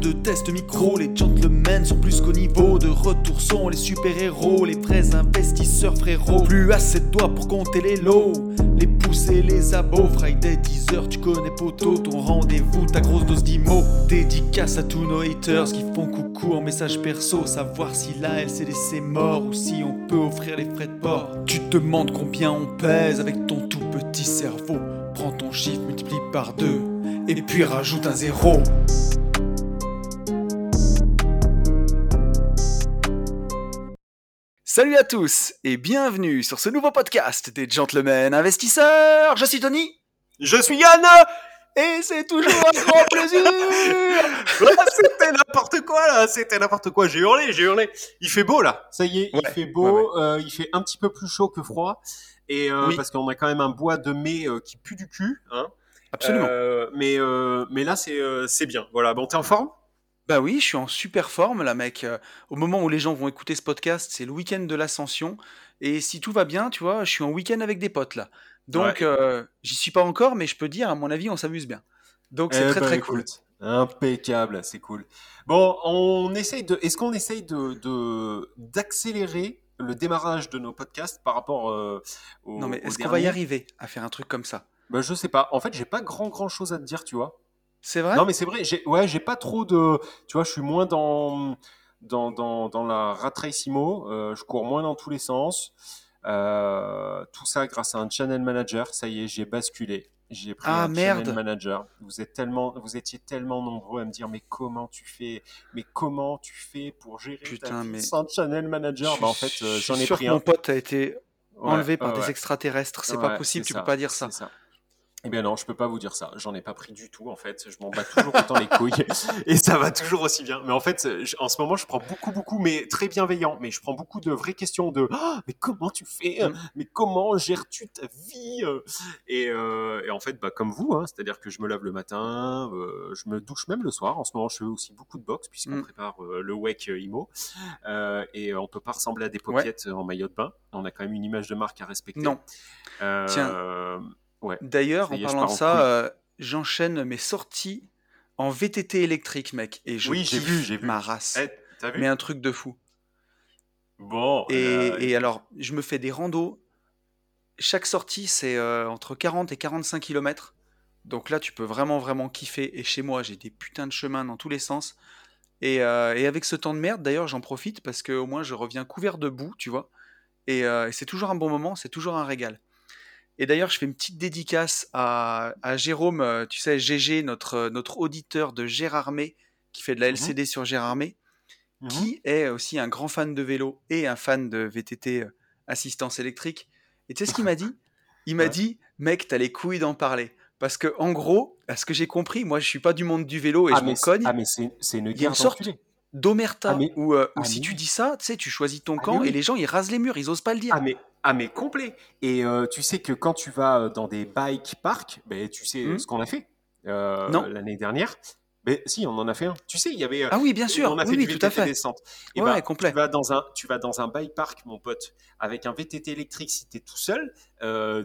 de test micro, les gentlemen sont plus qu'au niveau. De retour sont les super-héros, les vrais investisseurs frérot. Plus assez de doigts pour compter les lots, les pouces et les abos. Friday 10h, tu connais poto, ton rendez-vous, ta grosse dose d'IMO. Dédicace à tous nos haters qui font coucou en message perso. Savoir si la LCD c'est mort ou si on peut offrir les frais de port. Tu te demandes combien on pèse avec ton tout petit cerveau. Prends ton chiffre, multiplie par 2 et puis rajoute un 0. Salut à tous et bienvenue sur ce nouveau podcast des Gentlemen Investisseurs. Je suis Tony. Je suis Yann. Et c'est toujours un grand plaisir. C'était n'importe quoi là, c'était n'importe quoi. J'ai hurlé. Il fait beau là, ça y est, il fait beau. Ouais. Il fait un petit peu plus chaud que froid. Et oui. Parce qu'on a quand même un bois de mai qui pue du cul. Hein. Absolument. Mais là, c'est bien. Voilà, bon, t'es en forme ? Bah oui, je suis en super forme là, mec. Au moment où les gens vont écouter ce podcast, c'est le week-end de l'Ascension. Et si tout va bien, tu vois, je suis en week-end avec des potes là. Donc, j'y suis pas encore, mais je peux dire, à mon avis, on s'amuse bien. Donc, c'est très cool. Impeccable, c'est cool. Bon, est-ce qu'on essaye d'accélérer le démarrage de nos podcasts par rapport Non, mais est-ce qu'on va y arriver à faire un truc comme ça ? Ben, je sais pas. En fait, j'ai pas grand chose à te dire, tu vois. C'est vrai ? Non, mais c'est vrai. J'ai pas trop de. Tu vois, je suis moins dans la rat race IMO. Je cours moins dans tous les sens. Tout ça grâce à un channel manager. Ça y est, j'ai basculé. J'ai pris un channel manager. Vous étiez tellement nombreux à me dire mais comment tu fais pour gérer ta vie sans channel manager. En fait, j'en ai pris un. Mon pote a été enlevé par des extraterrestres. C'est pas possible. Tu peux pas dire ça. Eh bien non, je peux pas vous dire ça. J'en ai pas pris du tout en fait. Je m'en bats toujours autant les couilles et ça va toujours aussi bien. Mais en fait, en ce moment, je prends beaucoup, mais très bienveillant. Mais je prends beaucoup de vraies questions de mais comment tu fais Mais comment gères-tu ta vie et en fait, bah comme vous, hein, c'est-à-dire que je me lave le matin, je me douche même le soir. En ce moment, je fais aussi beaucoup de boxe puisqu'on prépare le WEC IMO et on peut pas ressembler à des paupiettes en maillot de bain. On a quand même une image de marque à respecter. Non. Tiens. Ouais. D'ailleurs, en parlant de ça, j'enchaîne mes sorties en VTT électrique, mec. Et j'ai vu ma race. T'as vu ? Mais un truc de fou. Bon. Et alors, je me fais des randos. Chaque sortie, c'est entre 40 et 45 km. Donc là, tu peux vraiment kiffer. Et chez moi, j'ai des putains de chemins dans tous les sens. Et avec ce temps de merde, d'ailleurs, j'en profite parce qu'au moins, je reviens couvert de boue, tu vois. Et c'est toujours un bon moment, c'est toujours un régal. Et d'ailleurs, je fais une petite dédicace à Jérôme, tu sais, GG, notre auditeur de Gérardmer, qui fait de la LCD sur Gérardmer, qui est aussi un grand fan de vélo et un fan de VTT assistance électrique. Et tu sais ce qu'il m'a dit ? Il m'a dit, mec, t'as les couilles d'en parler. Parce que en gros, à ce que j'ai compris, moi je suis pas du monde du vélo et je m'en cogne. Mais c'est une guerre d'enculés. Il y a une sorte d'omerta où si tu dis ça, tu sais, tu choisis ton camp et les gens ils rasent les murs, ils osent pas le dire. Mais complet. Et tu sais que quand tu vas dans des bike parks, ben, tu sais ce qu'on a fait l'année dernière. Mais si, on en a fait un. Tu sais, il y avait. Ah oui, bien sûr. On a fait du VTT tout à fait. descente. Et complet. Tu vas dans un bike park, mon pote, avec un VTT électrique. Si t'es tout seul, on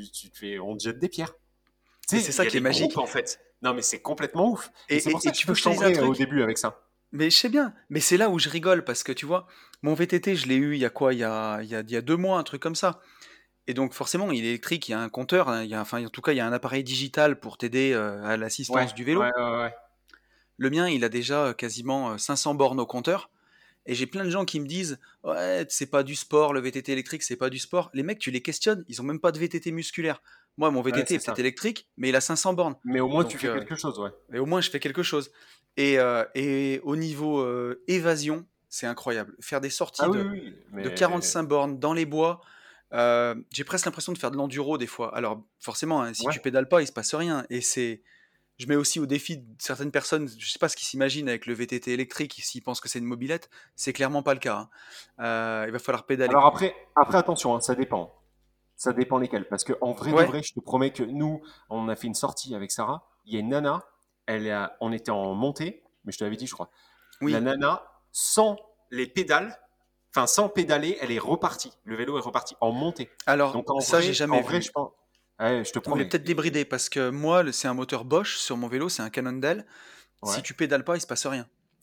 te jette des pierres. C'est ça qui est magique. Groupes, en fait. Non, mais c'est complètement ouf. Et c'est pour ça que tu peux changer au début avec ça. Mais je sais bien, mais c'est là où je rigole parce que tu vois, mon VTT, je l'ai eu il y a quoi ? Il y a 2 mois, un truc comme ça. Et donc forcément, il est électrique, il y a un compteur, hein, en tout cas, il y a un appareil digital pour t'aider à l'assistance du vélo. Ouais. Le mien, il a déjà quasiment 500 bornes au compteur. Et j'ai plein de gens qui me disent « Ouais, c'est pas du sport, le VTT électrique, c'est pas du sport. » Les mecs, tu les questionnes, ils ont même pas de VTT musculaire. Moi, mon VTT est peut-être électrique, mais il a 500 bornes. Mais au moins, tu fais quelque chose, ouais. Et au moins, je fais quelque chose. Et au niveau évasion, c'est incroyable. Faire des sorties de 45 bornes dans les bois, j'ai presque l'impression de faire de l'enduro des fois. Alors, forcément, hein, si tu pédales pas, il se passe rien. Et je mets aussi au défi de certaines personnes, je sais pas ce qu'ils s'imaginent avec le VTT électrique, s'ils pensent que c'est une mobilette, c'est clairement pas le cas. Hein. Il va falloir pédaler. Alors après attention, hein, ça dépend. Ça dépend lesquels. Parce qu'en vrai de vrai, je te promets que nous, on a fait une sortie avec Sarah. Il y a une nana, on était en montée, mais je te l'avais dit, je crois. Oui. La nana, sans les pédales, enfin sans pédaler, elle est repartie. Le vélo est reparti en montée. Alors, donc, ça, j'ai jamais vu. Je pense. Ouais, je te promets. On est peut-être débridé parce que moi, c'est un moteur Bosch sur mon vélo, c'est un Cannondale. Si tu pédales pas, il se passe rien.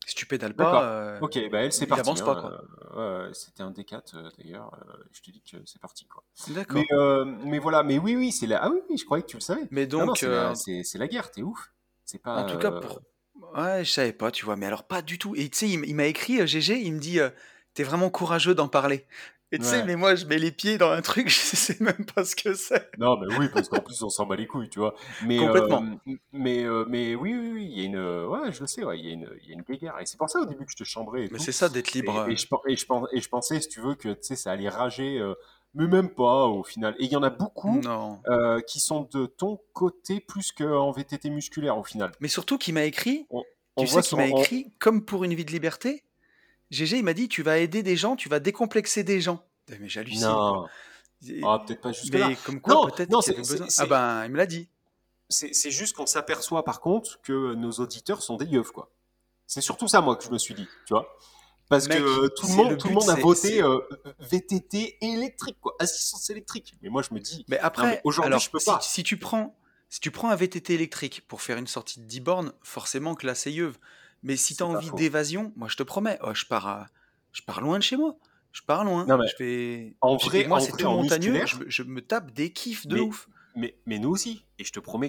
Si tu pédales pas, D'accord. Ok, bah elle, c'est il parti, avance pas, hein. quoi. C'était un D4 d'ailleurs. Je te dis que c'est parti, quoi. D'accord. Mais voilà, mais oui, oui, c'est la. Ah oui, oui, je croyais que tu le savais. Mais Non, non, donc, c'est la guerre. T'es ouf. C'est en pas. tout cas, ouais, je savais pas, tu vois, mais alors pas du tout. Et tu sais, il m'a écrit, GG, il me dit, t'es vraiment courageux d'en parler. Et tu sais, Ouais. mais moi, je mets les pieds dans un truc, je sais même pas ce que c'est. Non, mais oui, parce qu'en plus, on s'en bat les couilles, tu vois. Complètement. Mais oui, oui, oui, il y a une. Ouais, je le sais, ouais, il y a une guéguerre. Et c'est pour ça, au début, que je te chambrais et Mais tout. c'est ça d'être libre. Et je pensais, si tu veux, que tu sais, ça allait rager, mais même pas, au final. Et il y en a beaucoup Non. qui sont de ton côté plus qu'en VTT musculaire, au final. Mais surtout qu'il m'a écrit, On, on tu voit sais qu'il sur. m'a écrit, comme pour une vie de liberté, GG, il m'a dit, tu vas aider des gens, tu vas décomplexer des gens. Mais j'hallucine, quoi. Non. Ah, peut-être pas jusque-là. Mais comme quoi, Non, peut-être non, qu'il y avait besoin. Ah ben, il me l'a dit. c'est juste qu'on s'aperçoit, par contre, que nos auditeurs sont des yeux, quoi. C'est surtout ça, moi, que je me suis dit, tu vois. Parce que Mec, c'est le tout le but, monde a voté VTT électrique, quoi, assistance électrique. Mais moi, je me dis, Mais non, mais après, aujourd'hui, je alors, peux pas. si tu prends un VTT électrique pour faire une sortie de 10 bornes, forcément que là, c'est yeuve. Mais si tu as C'est pas envie faux. d'évasion, moi, je te promets, oh, je pars loin de chez moi. Je pars loin. Non, mais Et moi, en c'est vrai, tout en montagneux. musculaire, Je me tape des kiffs de mais, ouf. mais nous aussi. Et je te promets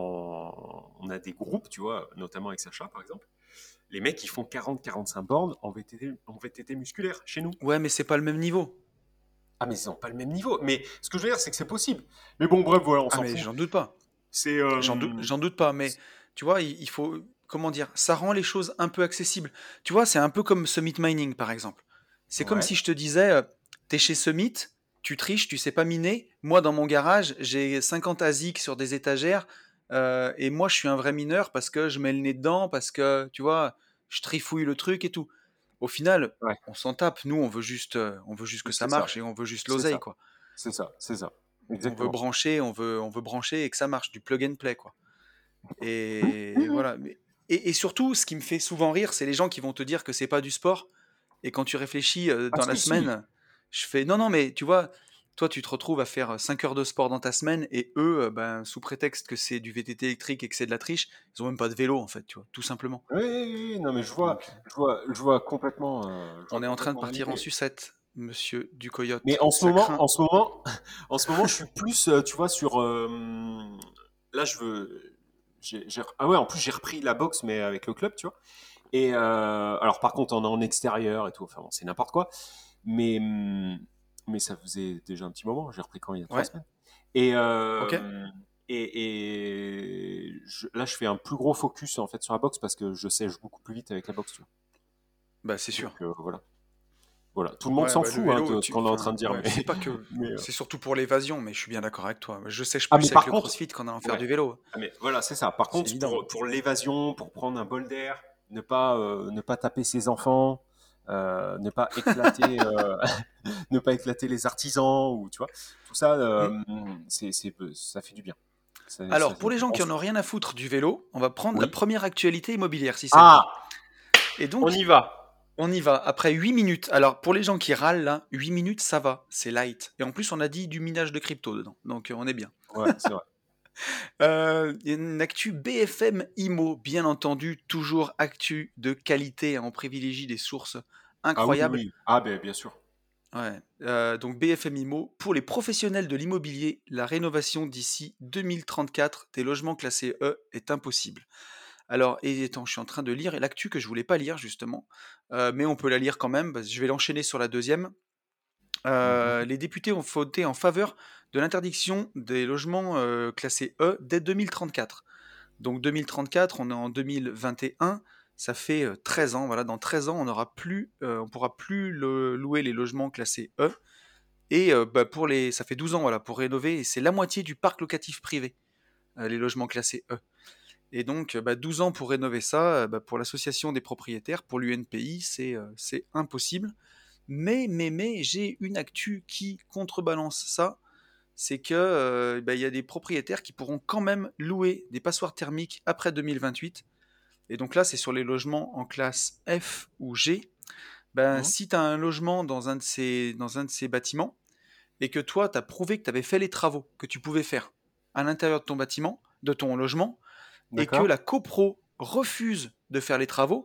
on a des groupes, tu vois, notamment avec Sacha, par exemple. Les mecs, ils font 40-45 bornes en VTT musculaire, chez nous. Ouais, mais c'est pas le même niveau. Ah, mais ils n'ont pas le même niveau. Mais ce que je veux dire, c'est que c'est possible. Mais bon, bref, voilà, on Ah, s'en mais fout. j'en doute pas. C'est. J'en doute pas. Mais tu vois, il faut, comment dire, ça rend les choses un peu accessibles. Tu vois, c'est un peu comme Summit Mining, par exemple. C'est comme Ouais. si je te disais, t'es chez Summit, tu triches, tu sais pas miner. Moi, dans mon garage, j'ai 50 ASIC sur des étagères. Et moi, je suis un vrai mineur parce que je mets le nez dedans, parce que, tu vois, je trifouille le truc et tout. Au final, Ouais. on s'en tape. Nous, on veut juste que ça C'est ça. marche et on veut juste C'est l'oseille, ça. quoi. C'est ça. C'est ça. On veut Exactement. brancher, on veut brancher et que ça marche, du plug and play, quoi. Et voilà. Et surtout, ce qui me fait souvent rire, c'est les gens qui vont te dire que c'est pas du sport. Et quand tu réfléchis Ah, dans la si, si. semaine, je fais non, non, mais tu vois, toi, tu te retrouves à faire 5 heures de sport dans ta semaine et eux, ben, sous prétexte que c'est du VTT électrique et que c'est de la triche, ils ont même pas de vélo, en fait, tu vois, tout simplement. Oui, oui, oui, non, mais Donc, je vois on est en train de complètement partir en l'idée. sucette, monsieur du Mais coyote. Ça craint. en ce moment, je suis plus, tu vois, sur. Là, je veux. Ah ouais, en plus, j'ai repris la boxe, mais avec le club, tu vois. Et alors, par contre, on est en extérieur et tout. Enfin, bon, c'est n'importe quoi. Mais, mais ça faisait déjà un petit moment. J'ai repris quand il y a trois Ouais, semaines. Et, ok. là, je fais un plus gros focus en fait sur la boxe parce que je sèche beaucoup plus vite avec la boxe, tu vois. Bah, c'est Donc sûr. voilà. Voilà. Tout le monde Ouais, s'en bah, le fout hein, vélo, de ce qu'on est en train enfin, de dire, ouais, c'est pas que. mais, C'est surtout pour l'évasion, mais je suis bien d'accord avec toi. Je sèche ah, mais plus avec par le contre, crossfit qu'en allant faire ouais. du vélo. Ah, mais voilà, c'est ça. Par C'est contre, évident. pour l'évasion, pour prendre un bol d'air, ne pas taper ses enfants, ne pas éclater, ne pas éclater les artisans, ou tu vois, tout ça, Hmm. ça fait du bien. Alors, pour les gens qui en ont rien à foutre du vélo, on va prendre la Oui. première actualité immobilière, si ça te Ah, dit. Et on donc, y va. on y va. Après 8 minutes. Alors, pour les gens qui râlent, là, 8 minutes, ça va. C'est light. Et en plus, on a dit du minage de crypto dedans. Donc, on est bien. Ouais, c'est vrai. Il y a une actu BFM Imo, bien entendu. Toujours actu de qualité, hein. On privilégie des sources Ah oui, incroyables. oui. Ah ben bien sûr. Ouais. Donc BFM Immo, pour les professionnels de l'immobilier, la rénovation d'ici 2034 des logements classés E est impossible. Alors, et attends, je suis en train de lire l'actu que je voulais pas lire justement, mais on peut la lire quand même, parce que je vais l'enchaîner sur la deuxième. Mhm. Les députés ont voté en faveur de l'interdiction des logements classés E dès 2034. Donc 2034, on est en 2021, ça fait 13 ans. Voilà, dans 13 ans, on pourra plus louer les logements classés E. Et bah, ça fait 12 ans voilà, pour rénover, et c'est la moitié du parc locatif privé, les logements classés E. Et donc, bah, 12 ans pour rénover ça, bah, pour l'association des propriétaires, pour l'UNPI, c'est impossible. Mais, j'ai une actu qui contrebalance ça, c'est que bah, y a des propriétaires qui pourront quand même louer des passoires thermiques après 2028. Et donc là, c'est sur les logements en classe F ou G. Ben, Mhm. si tu as un logement dans un de ces bâtiments, et que toi, tu as prouvé que tu avais fait les travaux que tu pouvais faire à l'intérieur de ton bâtiment, de ton logement, et que D'accord. la copro refuse de faire les travaux,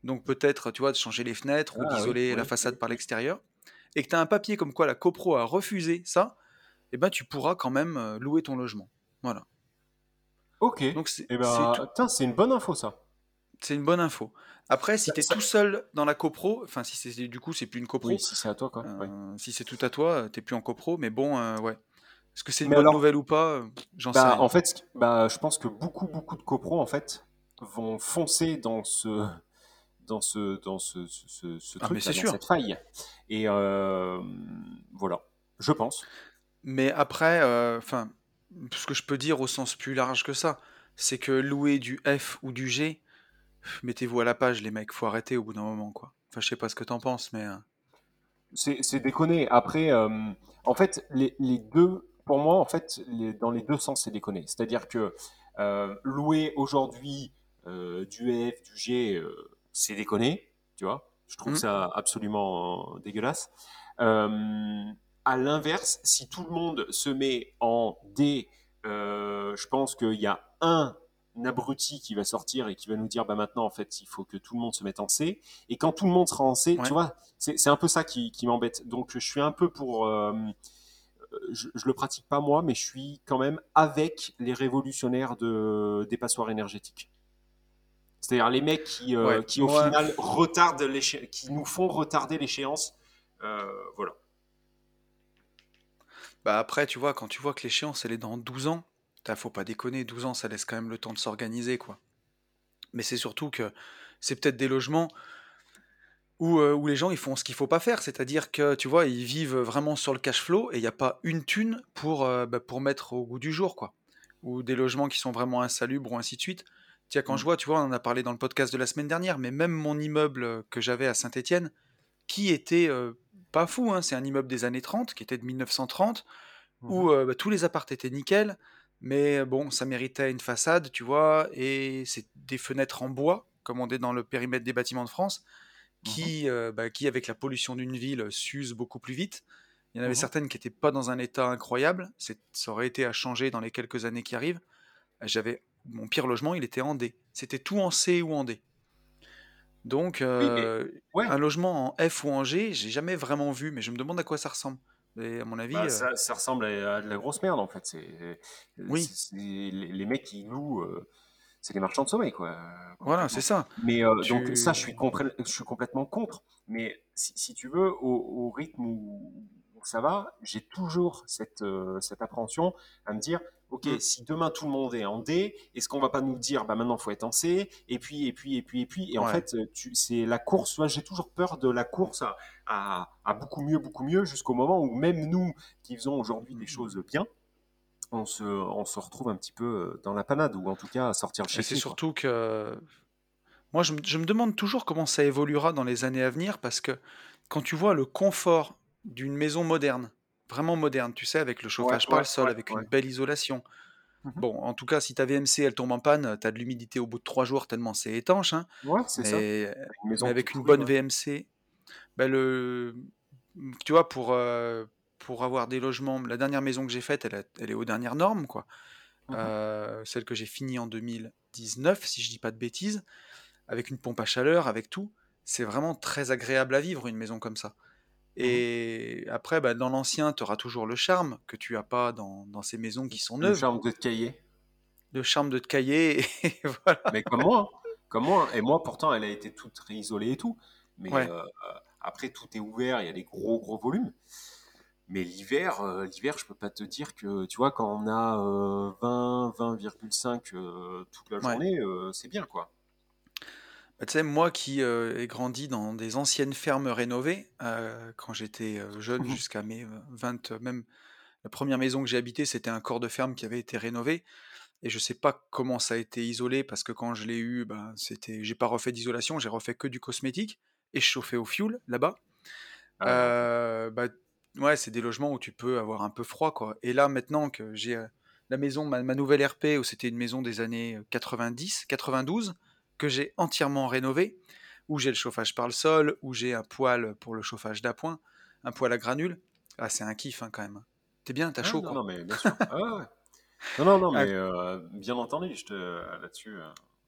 donc peut-être, tu vois, de changer les fenêtres ou Ah oui, d'isoler la oui, façade oui, par oui. l'extérieur, et que tu as un papier comme quoi la copro a refusé ça, eh ben, tu pourras quand même louer ton logement. Voilà. Ok. Donc Eh ben, putain, c'est une bonne info ça. c'est une bonne info. Après, si Ça, tu es ça- tout seul dans la copro, enfin si c'est du coup c'est plus une Oui, copro, si c'est à toi quoi. Oui. si c'est tout à toi, t'es plus en copro, mais bon, ouais. Est-ce que c'est une Mais bonne alors, nouvelle ou pas? J'en sais bah rien. en fait, bah je pense que beaucoup de copros en fait vont foncer dans ce Ah mais truc là, c'est dans sûr. cette faille. Et voilà, je pense. Mais après, enfin, ce que je peux dire au sens plus large que ça, c'est que louer du F ou du G, mettez-vous à la page les mecs, faut arrêter au bout d'un moment quoi. Enfin, je sais pas ce que t'en penses, mais C'est déconné. Après, en fait, les deux, pour moi, en fait, dans les deux sens, c'est déconné. C'est-à-dire que louer aujourd'hui du F, du G, c'est déconné, tu vois. Je trouve hmm, ça absolument dégueulasse. Euh, à l'inverse, si tout le monde se met en D, je pense qu'il y a un abruti qui va sortir et qui va nous dire, bah maintenant, en fait, il faut que tout le monde se mette en C. Et quand tout le monde sera en C, tu ouais. vois, c'est un peu ça qui m'embête. Donc je suis un peu pour. Je le pratique pas moi, mais je suis quand même avec les révolutionnaires des passoires énergétiques. C'est-à-dire les mecs Ouais, qui au moi, final qui nous font retarder l'échéance. Voilà. bah après, tu vois, quand tu vois que l'échéance elle est dans 12 ans, faut pas déconner, 12 ans ça laisse quand même le temps de s'organiser quoi. Mais c'est surtout que c'est peut-être des logements où les gens ils font ce qu'il faut pas faire, c'est-à-dire que tu vois, ils vivent vraiment sur le cash flow et il n'y a pas une thune pour mettre au goût du jour, quoi. Ou des logements qui sont vraiment insalubres ou ainsi de suite. Tiens, quand je Mm. vois, tu vois, on en a parlé dans le podcast de la semaine dernière, mais même mon immeuble que j'avais à Saint-Étienne, qui était pas fou, hein, c'est un immeuble des années 30, qui était de 1930, Mhm. où tous les apparts étaient nickel, mais bon, ça méritait une façade, tu vois, et c'est des fenêtres en bois, comme on est dans le périmètre des bâtiments de France Mhm. qui, avec la pollution d'une ville, s'usent beaucoup plus vite. Il y en avait Mhm. certaines qui n'étaient pas dans un état incroyable. Ça aurait été à changer dans les quelques années qui arrivent. J'avais mon pire logement, il était en D. C'était tout en C ou en D. Donc, Oui, mais ouais. un logement en F ou en G, j'ai jamais vraiment vu, mais je me demande à quoi ça ressemble. Et à mon avis, Bah, ça ressemble à de la grosse merde en fait. oui, Les mecs qui louent, c'est les marchands de sommeil quoi, voilà, c'est concrètement. ça. Mais donc ça, Tu, je suis complètement contre. Mais si tu veux, au rythme où ça va, j'ai toujours cette appréhension à me dire, ok, hmm, si demain tout le monde est en D, est-ce qu'on va pas nous dire, bah maintenant faut être en C, et en ouais. fait, c'est la course. Moi, j'ai toujours peur de la course à beaucoup mieux, jusqu'au moment où même nous qui faisons aujourd'hui des choses bien, on se retrouve un petit peu dans la panade, ou en tout cas à sortir le Et c'est chéquier, quoi. surtout que moi, je me demande toujours comment ça évoluera dans les années à venir, parce que quand tu vois le confort d'une maison moderne, vraiment moderne, tu sais, avec le Ouais, chauffage par le ouais, sol, ouais, avec une ouais. belle isolation. Mhm. Bon, en tout cas, si ta VMC elle tombe en panne, t'as de l'humidité au bout de 3 jours tellement c'est étanche, hein. Ouais, c'est ça. Mais, Une mais maison toute avec une pourrie, bonne ouais. VMC, ben tu vois, pour avoir des logements, la dernière maison que j'ai faite, elle est aux dernières normes, quoi. Mhm. Celle que j'ai finie en 2019, si je dis pas de bêtises, avec une pompe à chaleur, avec tout. C'est vraiment très agréable à vivre, une maison comme ça. Mhm. Et après, bah, dans l'ancien, tu auras toujours le charme que tu as pas dans ces maisons qui sont Le neuves. charme de te cahier. Le charme de te cailler, et voilà. Mais comme moi, hein. Comme moi, hein. Et moi, pourtant, elle a été toute réisolée et tout. Mais Ouais. après, tout est ouvert, il y a des gros volumes. Mais l'hiver, je peux pas te dire que, tu vois, quand on a 20,5 toute la Ouais. journée, c'est bien, quoi. Bah, tu sais, moi qui ai grandi dans des anciennes fermes rénovées, quand j'étais jeune, jusqu'à mes 20, même la première maison que j'ai habitée, c'était un corps de ferme qui avait été rénové. Et je sais pas comment ça a été isolé parce que quand je l'ai eu, ben, j'ai pas refait d'isolation, j'ai refait que du cosmétique et je chauffais au fioul là-bas. Ah ouais, ok. Bah, ouais, c'est des logements où tu peux avoir un peu froid, quoi. Et là, maintenant que j'ai la maison, ma nouvelle RP, où c'était une maison des années 90, 92, que j'ai entièrement rénovée, où j'ai le chauffage par le sol, où j'ai un poêle pour le chauffage d'appoint, un poêle à granules. Ah, c'est un kiff, hein, quand même. T'es bien, t'as Ah chaud, non, quoi. non, mais bien sûr. Ah ouais, ouais. Non, non, non, Un- mais bien entendu, là-dessus.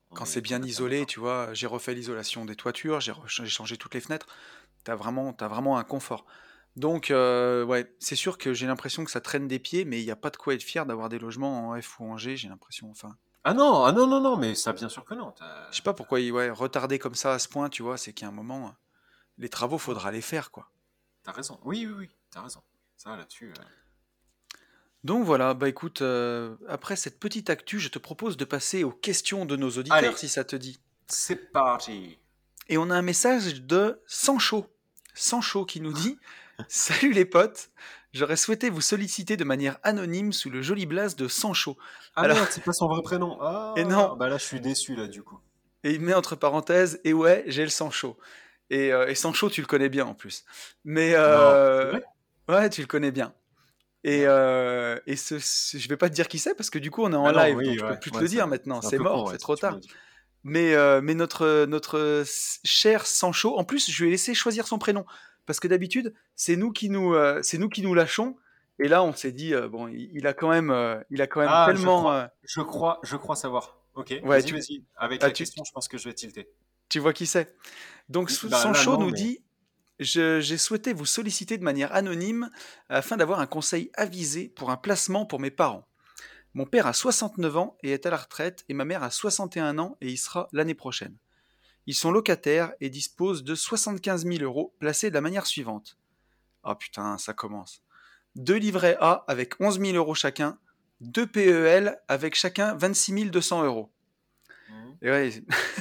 On Quand est c'est bien complètement isolé, d'accord. tu vois, j'ai refait l'isolation des toitures, j'ai changé toutes les fenêtres. T'as vraiment un confort. Donc, ouais, c'est sûr que j'ai l'impression que ça traîne des pieds, mais il n'y a pas de quoi être fier d'avoir des logements en F ou en G, j'ai l'impression. Enfin, Ah non, non, non, mais ça, bien sûr que non. je sais pas pourquoi, ouais, retarder comme ça à ce point, tu vois, c'est qu'il y a un moment, les travaux, Non, faudra les faire, quoi. t'as raison. Oui, oui, oui, t'as raison. Ça, là-dessus. Donc voilà, bah écoute, après cette petite actu, je te propose de passer aux questions de nos auditeurs, Allez, si ça te dit. c'est parti. Et on a un message de Sancho. Sancho qui nous dit: Salut les potes, j'aurais souhaité vous solliciter de manière anonyme sous le joli blaze de Sancho. Ah Alors, merde, c'est pas son vrai prénom. et non, Ah, bah là, je suis déçu, là, du coup. et il met entre parenthèses, et ouais, j'ai le Sancho. Et Sancho, tu le connais bien en plus. Mais Non, c'est vrai? ouais, tu le connais bien. Merde. Je vais pas te dire qui c'est parce que du coup on est en Bah non, live, donc oui, je peux ouais, plus te ouais, le dire maintenant. c'est un C'est peu con, mort, ouais, c'est si trop tu me le tard. dis. Mais notre cher Sancho, en plus, je lui ai laissé choisir son prénom parce que d'habitude, c'est nous qui nous lâchons. Et là, on s'est dit, bon, il a quand même Ah, tellement, je crois savoir. Ok, ouais, vas-y, vas-y. Avec ah, la question, je pense que je vais tilter. tu vois qui c'est. Donc Bah là, Sancho non, nous mais. dit, j'ai souhaité vous solliciter de manière anonyme afin d'avoir un conseil avisé pour un placement pour mes parents. Mon père a 69 ans et est à la retraite, et ma mère a 61 ans et y sera l'année prochaine. Ils sont locataires et disposent de 75 000 € placés de la manière suivante. Ah putain, ça commence. Deux livrets A avec 11 000 € chacun, deux PEL avec chacun 26 200 €. Mhm. Et ouais,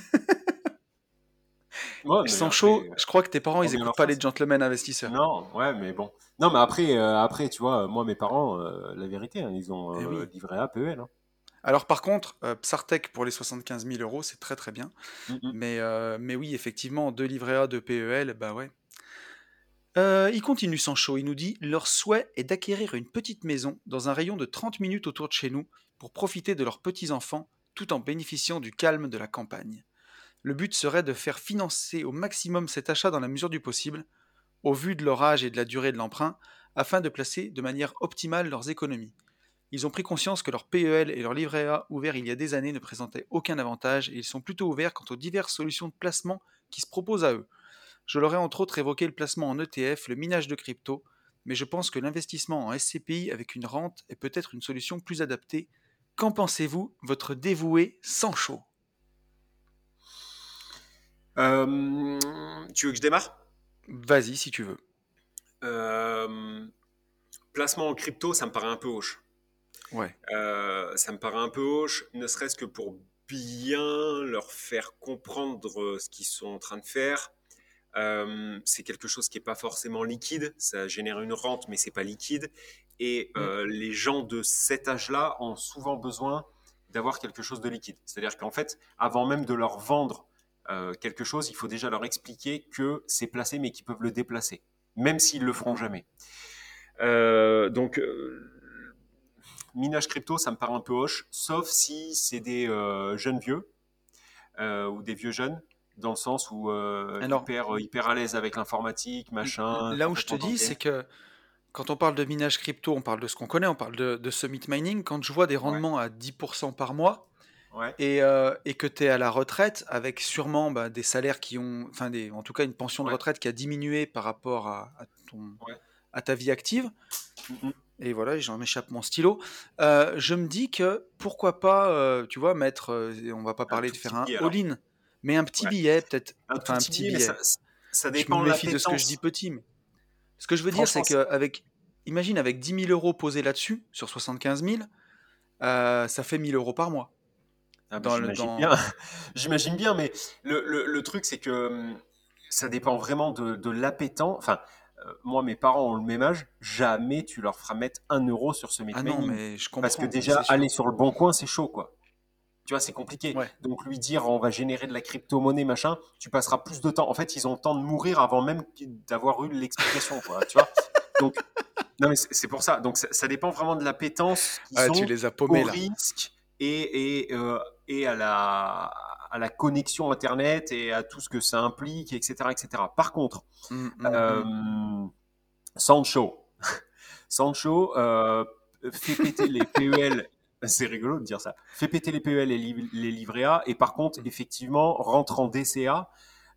Ouais, mais sans après, chaud, je crois que tes parents, ils tant mieux écoutent leur pas les face. gentlemen investisseurs. Non, ouais, mais bon. Non, mais après, tu vois, moi, mes parents, la vérité, hein, ils ont Eh oui. livré à PEL. Hein. Alors par contre, Psartec pour les 75 000 €, c'est très très bien. Mhm. Mais oui, effectivement, deux livrets A, deux PEL, bah ouais. Il continue Sancho, il nous dit: Leur souhait est d'acquérir une petite maison dans un rayon de 30 minutes autour de chez nous pour profiter de leurs petits-enfants tout en bénéficiant du calme de la campagne. Le but serait de faire financer au maximum cet achat dans la mesure du possible, au vu de leur âge et de la durée de l'emprunt, afin de placer de manière optimale leurs économies. Ils ont pris conscience que leur PEL et leur livret A ouvert il y a des années ne présentaient aucun avantage et ils sont plutôt ouverts quant aux diverses solutions de placement qui se proposent à eux. Je leur ai entre autres évoqué le placement en ETF, le minage de crypto, mais je pense que l'investissement en SCPI avec une rente est peut-être une solution plus adaptée. Qu'en pensez-vous, votre dévoué Sancho? Tu veux que je démarre? Vas-y si tu veux. Euh, Placement en crypto, ça me paraît un peu hoche. Ouais. Ça me paraît un peu hoche, ne serait-ce que pour bien leur faire comprendre ce qu'ils sont en train de faire. C'est quelque chose qui n'est pas forcément liquide, ça génère une rente, mais c'est pas liquide. Et Mm. les gens de cet âge-là ont souvent besoin d'avoir quelque chose de liquide. C'est-à-dire qu'en fait, avant même de leur vendre quelque chose, il faut déjà leur expliquer que c'est placé, mais qu'ils peuvent le déplacer, même s'ils le feront Mm. jamais. Donc, minage crypto, ça me paraît un peu hoche, sauf si c'est des jeunes vieux ou des vieux jeunes, dans le sens où Alors, hyper à l'aise avec l'informatique, machin, là où je te complètement dans le dis, game. c'est que quand on parle de minage crypto, on parle de ce qu'on connaît, on parle de Summit Mining. Quand je vois des Ouais, rendements à 10% par mois, ouais, et que tu es à la retraite avec sûrement bah, des salaires qui ont, enfin en tout cas une pension de ouais, retraite qui a diminué par rapport ouais. à ta vie active, Mhm. et voilà, j'en échappe mon stylo, je me dis que pourquoi pas, tu vois, mettre, on va pas Un parler de tout faire petit un billet alors. all-in, mais un petit Ouais. billet peut-être, Un enfin tout un petit petit billet, mais billet. ça Je me dépend de méfie de ce que je dis l'appétence. petit, mais ce que je veux dire, c'est Franchement, qu'avec, imagine avec 10 000 € posés là-dessus, sur 75 000, ça fait 1 000 € par mois. ah bah, Dans le, j'imagine bien. dans... J'imagine bien, mais le truc, c'est que ça dépend vraiment de l'appétence. Enfin, moi, mes parents ont le même âge. Jamais tu leur feras mettre 1 euro sur ce Ah non, mining. mais je Parce que comprends, mais déjà, c'est aller sûr. sur le bon coin, c'est chaud, quoi. Tu vois, c'est compliqué. Ouais. Donc lui dire on va générer de la crypto-monnaie, machin, tu passeras plus de temps. En fait, ils ont le temps de mourir avant même d'avoir eu l'explication, quoi. Tu vois. Donc, non, mais c'est pour ça. Donc ça dépend vraiment de l'appétence Ah, qu'ils tu ont les as au paumés là. risque et à la connexion Internet et à tout ce que ça implique, etc. etc. Par contre, euh, Mm. Sancho, Sancho fait péter les PEL C'est rigolo de dire ça. Fais péter les PEL et les livrets A, et par contre, effectivement, rentre en DCA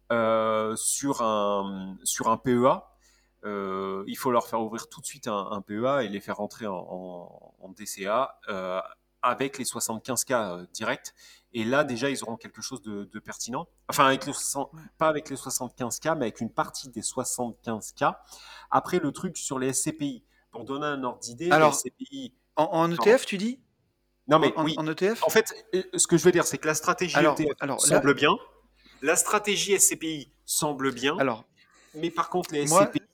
sur un PEA. Il faut leur faire ouvrir tout de suite un PEA et les faire rentrer en DCA avec les 75K direct. Et là, déjà, ils auront quelque chose de pertinent. Enfin, pas avec les 75K, mais avec une partie des 75K. Après, le truc sur les SCPI. Pour donner un ordre d'idée, les Alors, SCPI. en Pardon. ETF, tu dis? Non, En, mais en- oui. en ETF? En fait, ce que je veux dire, c'est que la stratégie ETF Alors là, semble bien. La stratégie SCPI semble bien. alors, Mais par contre, les moi, SCPI.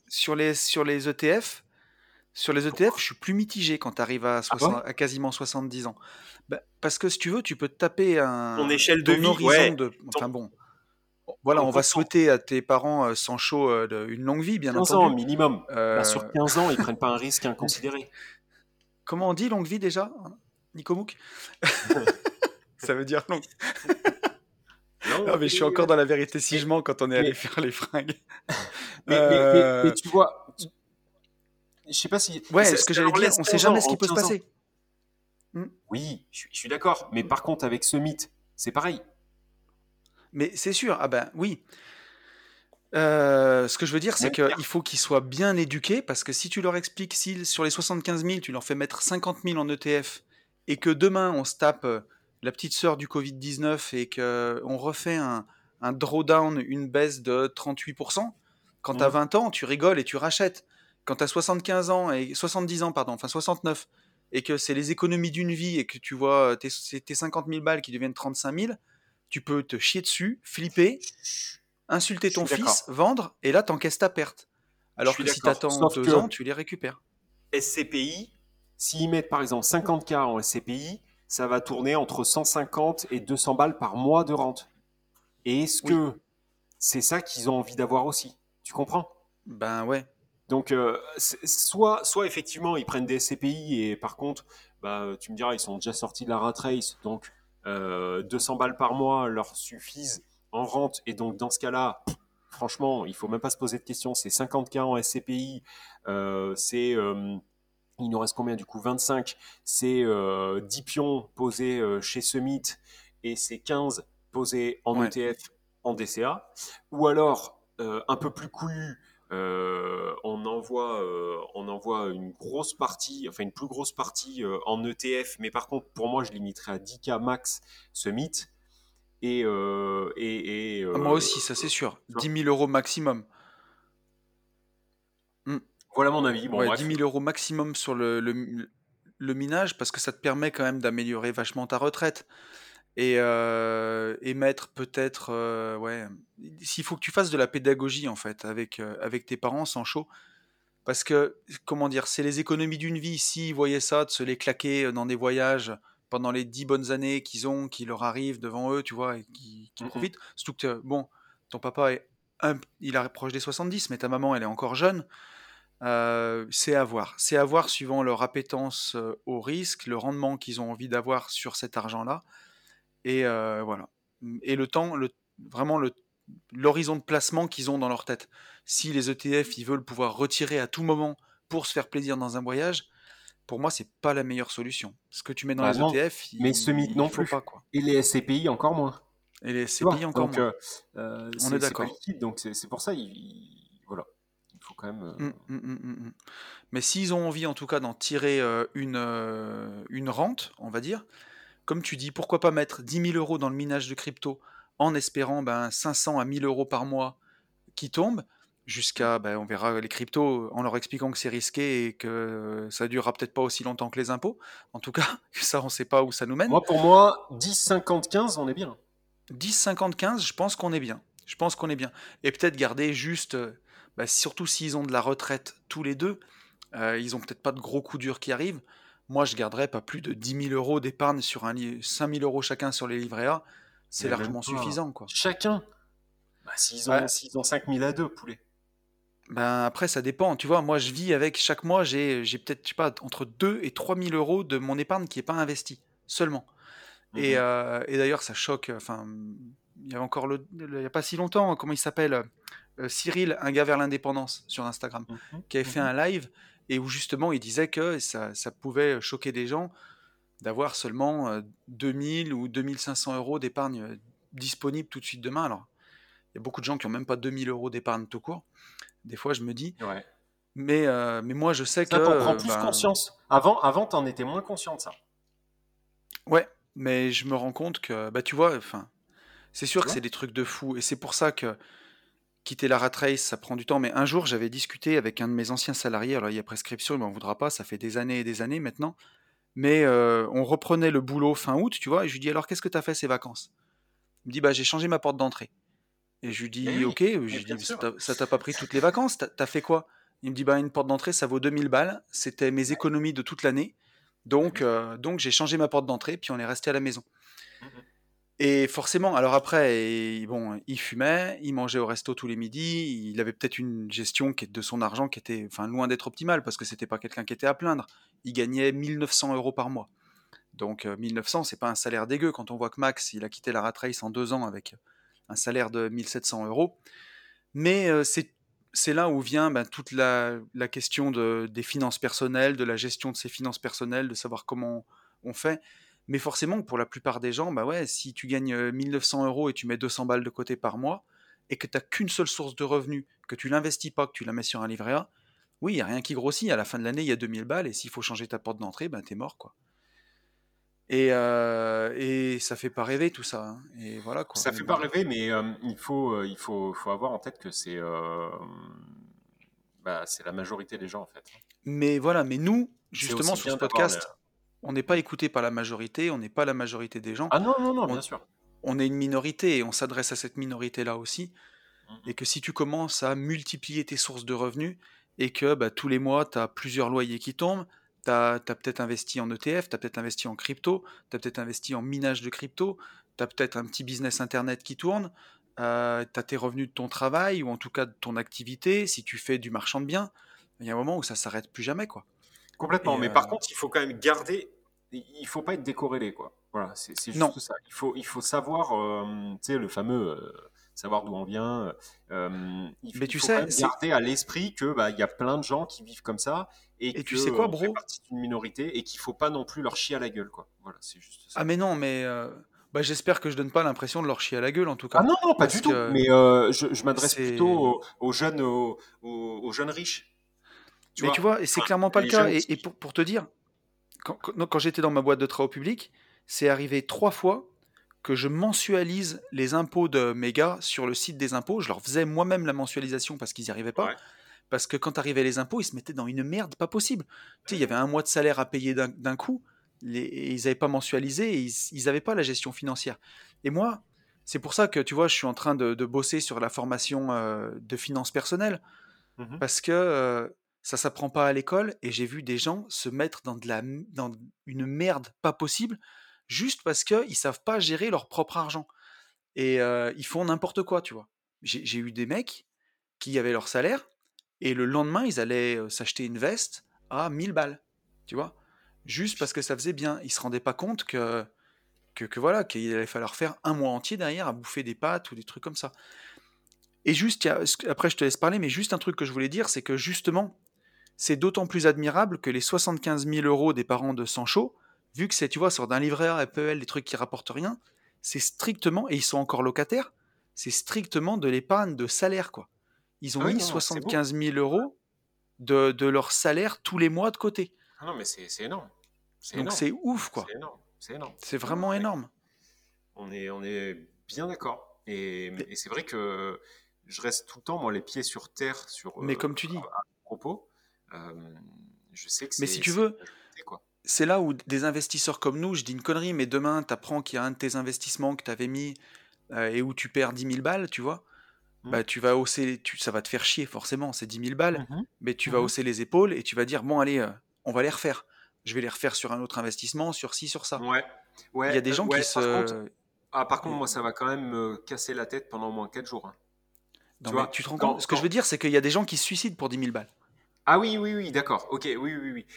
sur les ETF, je suis plus mitigé quand tu arrives Ah ouais? à quasiment 70 ans. Bah, parce que si tu veux, tu peux te taper Ton échelle de ton vie, horizon ouais. de. Ton- Enfin bon, voilà, on on va comprend. souhaiter à tes parents sans chaud une longue vie, bien 15 ans entendu. minimum. Bah, sur Euh, 15 ans, ils prennent pas un risque inconsidéré. Comment on dit longue vie déjà, Nico Mouk? Ça veut dire long. Non, Ah, mais je suis encore dans la vérité si je mais, mens quand on est allé mais, faire les fringues. mais Euh, tu vois, je sais pas si. Ouais, Ça, ce que ça j'allais leur dire, laisse on sait 15 ans. jamais ce En qui peut se 15 ans. passer. Hmm. Oui, je suis d'accord. Mais par contre, avec ce mythe, c'est pareil. Mais c'est sûr, ah ben oui. Ce que je veux dire, C'est c'est même qu'il pire. faut qu'ils soient bien éduqués, parce que si tu leur expliques, si sur les 75 000, tu leur fais mettre 50 000 en ETF, et que demain on se tape la petite sœur du Covid-19 et qu'on refait un drawdown, une baisse de 38%, quand tu as Hmm. 20 ans, tu rigoles et tu rachètes. Quand tu as 75 ans, et 70 ans, pardon, enfin 69, et que c'est les économies d'une vie, et que tu vois tes 50 000 balles qui deviennent 35 000, tu peux te chier dessus, flipper, Je insulter ton suis fils, d'accord. vendre, et là, t'encaisses ta perte. Je Alors suis que si d'accord. t'attends Sauf 2 ans, que tu les récupères. SCPI, s'ils mettent par exemple 50K en SCPI, ça va tourner entre 150 et 200 balles par mois de rente. Et est-ce Oui, que c'est ça qu'ils ont envie d'avoir aussi? Tu comprends? ben ouais. Donc, soit effectivement ils prennent des SCPI et par contre, bah, tu me diras, ils sont déjà sortis de la rat race, donc 200 balles par mois leur suffisent en rente. Et donc, dans ce cas-là, franchement, il faut même pas se poser de questions. C'est 50K en SCPI, il nous reste combien du coup? 25. C'est 10 pions posés chez Summit et c'est 15 posés en Ouais. ETF en DCA. Ou alors, un peu plus couillu, on envoie une grosse partie, enfin une plus grosse partie en ETF, mais par contre, pour moi, je limiterai à 10K max Summit. Ah, moi aussi, ça c'est sûr. Tu vois, 10 000 € maximum. Hmm. voilà mon avis. Bon, Ouais, 10 bref. 000 € maximum sur le minage, parce que ça te permet quand même d'améliorer vachement ta retraite. Et mettre peut-être, ouais, s'il faut que tu fasses de la pédagogie en fait avec tes parents sans chaud. Parce que, comment dire, c'est les économies d'une vie. S'ils voyaient ça, de se les claquer dans des voyages pendant les 10 bonnes années qui leur arrivent devant eux, tu vois, et qui Mm, mm. profitent. Surtout que, bon, ton papa il approche des 70, mais ta maman, elle est encore jeune. C'est à voir. C'est à voir suivant leur appétence au risque, le rendement qu'ils ont envie d'avoir sur cet argent-là. Et voilà. Et vraiment l'horizon de placement qu'ils ont dans leur tête. Si les ETF, ils veulent pouvoir retirer à tout moment pour se faire plaisir dans un voyage, pour moi, c'est pas la meilleure solution. Ce que tu mets dans Bah les non, ETF, mais Summit il non faut plus. pas, quoi. Et les SCPI encore moins. Et les Tu SCPI vois, encore donc moins. On est c'est pas d'accord. liquide, donc c'est pour ça, voilà, il faut quand même. Mais s'ils ont envie, en tout cas, d'en tirer une rente, on va dire, comme tu dis, pourquoi pas mettre 10 000 € dans le minage de crypto en espérant 500 à 1 000 € par mois qui tombent, jusqu'à, on verra les cryptos en leur expliquant que c'est risqué et que ça durera peut-être pas aussi longtemps que les impôts. En tout cas, ça, on sait pas où ça nous mène. Moi, pour moi, 10, 50, 15, on est bien. 10, 50, 15, je pense qu'on est bien. Je pense qu'on est bien. Et peut-être garder juste, surtout s'ils ont de la retraite tous les deux, ils ont peut-être pas de gros coups durs qui arrivent. Moi, je garderais pas plus de 10 000 € d'épargne sur 5 000 € chacun sur les livrets A. C'est Mais même largement pas. suffisant, quoi. Chacun. Bah, s'ils ont, Bah, s'ils ont 5000 à deux, poulet. après, ça dépend. Tu vois, moi, je vis avec chaque mois, j'ai peut-être, je sais pas, entre 2 et 3 000 € de mon épargne qui n'est pas investie, seulement. Et, Mhm, et d'ailleurs, ça choque. Enfin, il y a encore il y a pas si longtemps, comment il s'appelle, Cyril, un gars vers l'indépendance sur Instagram, mhm, qui avait fait mhm. un live et où justement il disait que ça pouvait choquer des gens. d'avoir seulement 2000 ou 2500 € d'épargne disponible tout de suite demain. Alors, il y a beaucoup de gens qui ont même pas 2000 € d'épargne tout court. Des fois, je me dis, Ouais. mais moi, je sais que, Ça, t'en prends plus ben, conscience. Avant, t'en étais moins conscient de ça. ouais, mais je me rends compte que, bah, tu vois, enfin, c'est sûr Tu que c'est vois? des trucs de fou, et c'est pour ça que quitter la rat race, ça prend du temps. Mais un jour, j'avais discuté avec un de mes anciens salariés. Alors, il y a prescription, il m'en voudra pas, ça fait des années et des années maintenant. Mais on reprenait le boulot fin août, tu vois, et je lui dis, alors, qu'est-ce que tu as fait ces vacances? Il me dit, bah, j'ai changé ma porte d'entrée. Et je lui Mais dis, oui, ok, je mais lui bien dis, sûr. ça t'a pas pris toutes les vacances, t'as fait quoi? Il me dit, bah, une porte d'entrée, ça vaut 2000 balles, c'était mes Ouais, économies de toute l'année, bah donc, oui. j'ai changé ma porte d'entrée, puis on est resté à la maison. Mhm. Et forcément, alors après, bon, il fumait, il mangeait au resto tous les midis, il avait peut-être une gestion de son argent qui était, enfin, loin d'être optimale, parce que c'était pas quelqu'un qui était à plaindre. Il gagnait 1900 € par mois. Donc 1900, c'est pas un salaire dégueu quand on voit que Max, il a quitté la rat race en 2 ans avec un salaire de 1700 €. Mais c'est là où vient ben, toute la question des finances personnelles, de la gestion de ses finances personnelles, de savoir comment on fait. Mais forcément, pour la plupart des gens, bah ouais, si tu gagnes 1900 € et tu mets 200 balles de côté par mois, et que tu n'as qu'une seule source de revenus, que tu l'investis pas, que tu la mets sur un livret A, oui, il n'y a rien qui grossit. À la fin de l'année, il y a 2000 balles, et s'il faut changer ta porte d'entrée, ben t'es mort, quoi. Et ça fait pas rêver tout ça, hein. Et voilà, quoi. Ça Mais fait pas bon. rêver, mais il faut avoir en tête que c'est la majorité des gens en fait. Mais voilà, mais nous, C'est justement, aussi sur ce bien d'avoir le. podcast, on n'est pas écouté par la majorité, on n'est pas la majorité des gens, Ah non, non, non, on, bien sûr. on est une minorité et on s'adresse à cette minorité-là aussi. Et Mhm. que si tu commences à multiplier tes sources de revenus et que bah, tous les mois, tu as plusieurs loyers qui tombent, tu as peut-être investi en ETF, tu as peut-être investi en crypto, tu as peut-être investi en minage de crypto, tu as peut-être un petit business internet qui tourne, tu as tes revenus de ton travail ou en tout cas de ton activité, si tu fais du marchand de biens, il y a un moment où ça s'arrête plus jamais, quoi. Complètement. Et Mais par contre, il faut quand même garder. Il faut pas être décorrélé, quoi. Voilà, c'est non, juste ça. Il faut savoir, tu sais, le fameux savoir d'où on vient. mais Il tu faut quand sais, même garder à l'esprit que bah, il y a plein de gens qui vivent comme ça et et que tu sais quoi, on fait bro? partie d'une minorité et qu'il faut pas non plus leur chier à la gueule, quoi. Voilà, c'est juste Ah ça. mais non, mais bah, j'espère que je donne pas l'impression de leur chier à la gueule en tout Ah cas, non, non, pas du parce tout. que Mais je m'adresse plutôt c'est. aux jeunes riches. Tu Mais tu vois, vois, et c'est enfin, clairement pas le les cas. jeunes Et qui. pour te dire, quand j'étais dans ma boîte de travaux publics, c'est arrivé 3 fois que je mensualise les impôts de mes gars sur le site des impôts. Je leur faisais moi-même la mensualisation parce qu'ils n'y arrivaient pas. Ouais. Parce que quand arrivaient les impôts, ils se mettaient dans une merde pas possible. Tu sais, il y avait Ouais. un mois de salaire à payer d'un coup. Et ils n'avaient pas mensualisé et ils n'avaient pas la gestion financière. Et moi, c'est pour ça que tu vois, je suis en train de bosser sur la formation de finances personnelles. Mhm. Parce que ça s'apprend pas à l'école et j'ai vu des gens se mettre dans une merde pas possible juste parce qu'ils savent pas gérer leur propre argent. Et ils font n'importe quoi, tu vois. J'ai eu des mecs qui avaient leur salaire et le lendemain, ils allaient s'acheter une veste à 1000 balles, tu vois. Juste parce que ça faisait bien. Ils se rendaient pas compte que voilà, qu'il allait falloir faire un mois entier derrière à bouffer des pâtes ou des trucs comme ça. Et juste, après je te laisse parler, mais juste un truc que je voulais dire, c'est que justement, c'est d'autant plus admirable que les 75 000 € des parents de Sancho, vu que c'est, tu vois, sur d'un livret A, FPL, des trucs qui rapportent rien, c'est strictement, et ils sont encore locataires, c'est strictement de l'épargne de salaire, quoi. Ils ont Ah oui, mis non, non, c'est beau. 75 000 € de leur salaire tous les mois de côté. Ah non, mais c'est énorme. C'est Donc énorme. c'est ouf, C'est quoi. énorme. C'est énorme. C'est Non, non, vraiment mais énorme. on est bien d'accord. Et, Mais, et c'est vrai que je reste tout le temps, moi, les pieds sur terre sur mais comme tu dis, à propos. Euh, je sais que mais si c'est tu c'est veux, une majorité, quoi. c'est là où des investisseurs comme nous, je dis une connerie, mais demain, tu apprends qu'il y a un de tes investissements que tu avais mis et où tu perds 10 000 balles, tu vois. Hmm. Bah, tu vas hausser, ça va te faire chier forcément, c'est 10 000 balles, Mhm. mais tu vas Mhm. hausser les épaules et tu vas dire, bon allez, on va les refaire. Je vais les refaire sur un autre investissement, sur ci, sur ça. Ouais. Il y a Ouais. des gens qui Ouais. Par contre, se... moi, ça va quand même me casser la tête pendant au moins 4 jours, hein. Non Tu mais vois, tu te rends compte? quand, Ce que je veux quand, dire, c'est qu'il y a des gens qui se suicident pour 10 000 balles. Ah oui, oui, oui, d'accord. Ok, oui, oui, oui.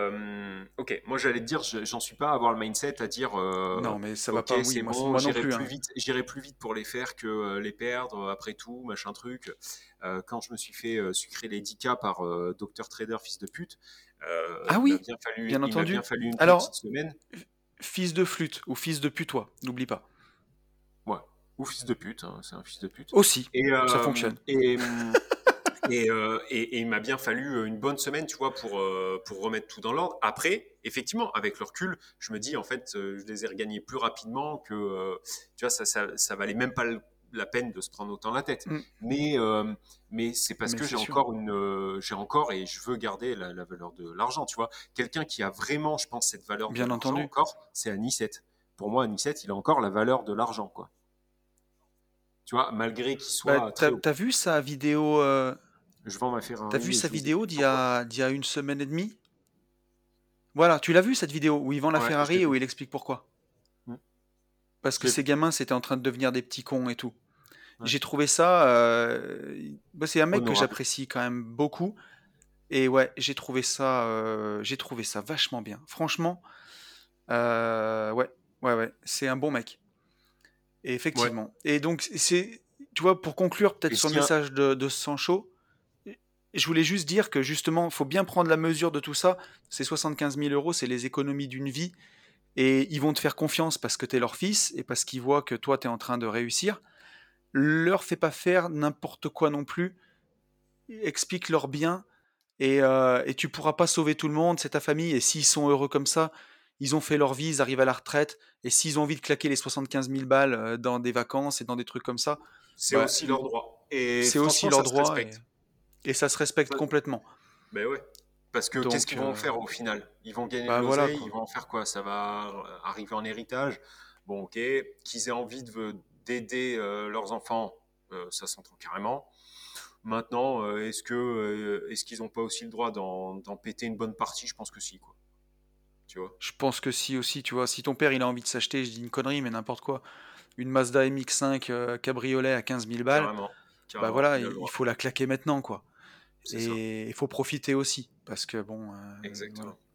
Ok, moi j'allais te dire, j'en suis pas à avoir le mindset à dire, Non mais ça va ok, pas, oui, c'est moi, bon, moi non plus, hein. j'irai plus vite pour les faire que les perdre après tout, machin truc. Quand je me suis fait sucrer les 10K par Dr Trader, fils de pute, Ah oui, bien Il m'a bien entendu. fallu une petite Alors, semaine. fils de flûte ou fils de putois, n'oublie pas. Ouais. Ou fils de pute, hein, c'est un fils de pute. Aussi, Et, ça euh, fonctionne. et, et il m'a bien fallu une bonne semaine, tu vois, pour remettre tout dans l'ordre. Après, effectivement, avec le recul, je me dis, en fait, je les ai regagnés plus rapidement que, tu vois, ça valait même pas la peine de se prendre autant la tête. Mm. Mais, euh, mais c'est parce Mais que c'est sûr. j'ai encore et je veux garder la valeur de l'argent, tu vois. Quelqu'un qui a vraiment, je pense, cette valeur de Bien l'argent entendu. encore, c'est Anicette. Pour moi, Anicette, il a encore la valeur de l'argent, quoi. Tu vois, malgré qu'il Bah, soit très haut. t'as vu sa vidéo, Je vends ma t'as vu Ferrari et sa je vous vidéo explique pourquoi. d'il y a une semaine et demie? Voilà, tu l'as vu cette vidéo où il vend la Ouais, je l'ai Ferrari et où vu. il explique pourquoi? Mm. Parce Je que l'ai ces vu. gamins, c'était en train de devenir des petits cons et tout. Ouais. J'ai trouvé ça. Bah, c'est un mec que Honorable. j'apprécie quand même beaucoup. Et ouais, j'ai trouvé ça vachement bien. Franchement, ouais, ouais, ouais, c'est un bon mec. Et Ouais. effectivement. Et donc, tu vois, pour conclure peut-être Et sur le s'il y a... message de Sancho, je voulais juste dire que justement, il faut bien prendre la mesure de tout ça. Ces 75 000 euros, c'est les économies d'une vie. Et ils vont te faire confiance parce que tu es leur fils et parce qu'ils voient que toi, tu es en train de réussir. Leur fais pas faire n'importe quoi non plus. Explique-leur bien. Et tu pourras pas sauver tout le monde, c'est ta famille. Et s'ils sont heureux comme ça, ils ont fait leur vie, ils arrivent à la retraite. Et s'ils ont envie de claquer les 75 000 balles dans des vacances et dans des trucs comme ça, C'est bah, aussi leur droit. Et c'est aussi franchement, leur ça se droit respecte. et ça se respecte Ça- complètement. Ben ouais. Parce que qu'est-ce Donc, qu'ils vont en faire au final? Ils vont gagner de bah voilà l'oseille, ils quoi. vont en faire quoi? Ça va arriver en héritage. Bon, ok. Qu'ils aient envie d'aider leurs enfants, ça s'entend carrément. Maintenant, est-ce qu'ils n'ont pas aussi le droit d'en péter une bonne partie? Je pense que si, quoi. Tu vois? Je pense que si aussi, tu vois, si ton père il a envie de s'acheter, je dis une connerie, mais n'importe quoi, une Mazda MX-5 cabriolet à 15 000 balles, Carrément. bah Carrément, voilà, il a le il droit. faut la claquer maintenant quoi. C'est ça. Et il faut profiter aussi, parce que bon, voilà. Exactement.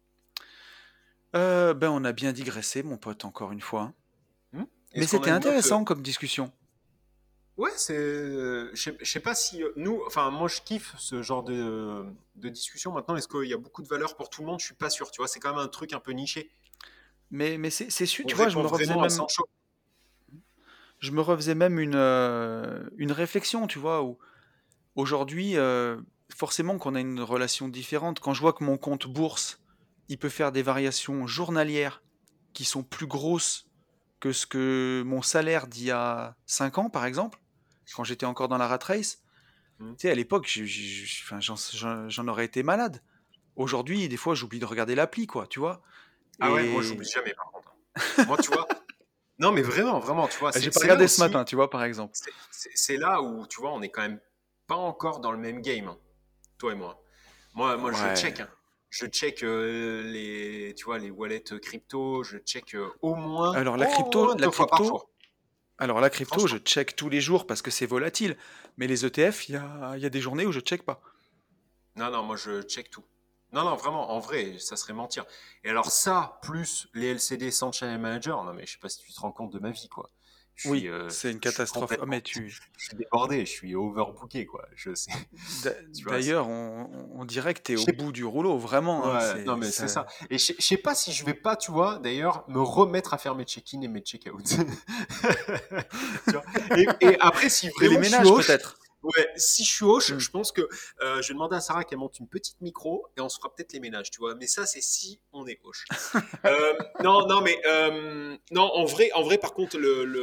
Ben on a bien digressé, mon pote, encore une fois, hein. Hmm. Mais Est-ce qu'on a c'était une note? intéressant comme discussion. Ouais, je sais pas si nous, enfin, moi je kiffe ce genre de discussion. Maintenant, est-ce qu'il y a beaucoup de valeur pour tout le monde? Je suis pas sûr. Tu vois, c'est quand même un truc un peu niché. Mais c'est sûr, On tu vois, répond vraiment à Sancho. je me refaisais même une réflexion, tu vois, où aujourd'hui, forcément qu'on a une relation différente. Quand je vois que mon compte bourse, il peut faire des variations journalières qui sont plus grosses que ce que mon salaire d'il y a 5 ans, par exemple, quand j'étais encore dans la rat race. Hmm. Tu sais, à l'époque, enfin, j'en aurais été malade. Aujourd'hui, des fois, j'oublie de regarder l'appli, quoi, tu vois. Ah ouais, moi j'oublie Et jamais par contre. Moi, tu vois, non mais vraiment, vraiment, tu vois, j'ai pas c'est là regardé ce aussi, matin, tu vois, par exemple. c'est là où, tu vois, on est quand même pas encore dans le même game, hein, toi et moi. Moi, je Ouais. check, hein. Je check tu vois, les wallets crypto, je check Alors au moins deux fois par jour. la crypto, je Franchement. check tous les jours parce que c'est volatile. Mais les ETF, il y a des journées où je check pas. Non, non, moi je check tout. Non, non, vraiment, en vrai, ça serait mentir. Et alors ça, plus les LCD sans channel manager, non mais je sais pas si tu te rends compte de ma vie, quoi. Oui, c'est une Je suis catastrophe. Ah, complètement, mais tu. je suis débordé, je suis overbooké, quoi. Je sais, tu vois. D'ailleurs, on dirait que t'es Je au sais bout du rouleau, vraiment, hein. Ouais, non mais c'est ça. Et je sais pas si je vais pas, tu vois, d'ailleurs, me remettre à faire mes check-in et mes check-out. Tu vois. Et après, si Et les vraiment je suis ménages, hoche, peut-être. ouais, si je suis hoche, Hmm. je pense que je vais demander à Sarah qu'elle monte une petite micro et on se fera peut-être les ménages, tu vois. Mais ça, c'est si on est hoche. Non, non, mais non, en vrai, par contre,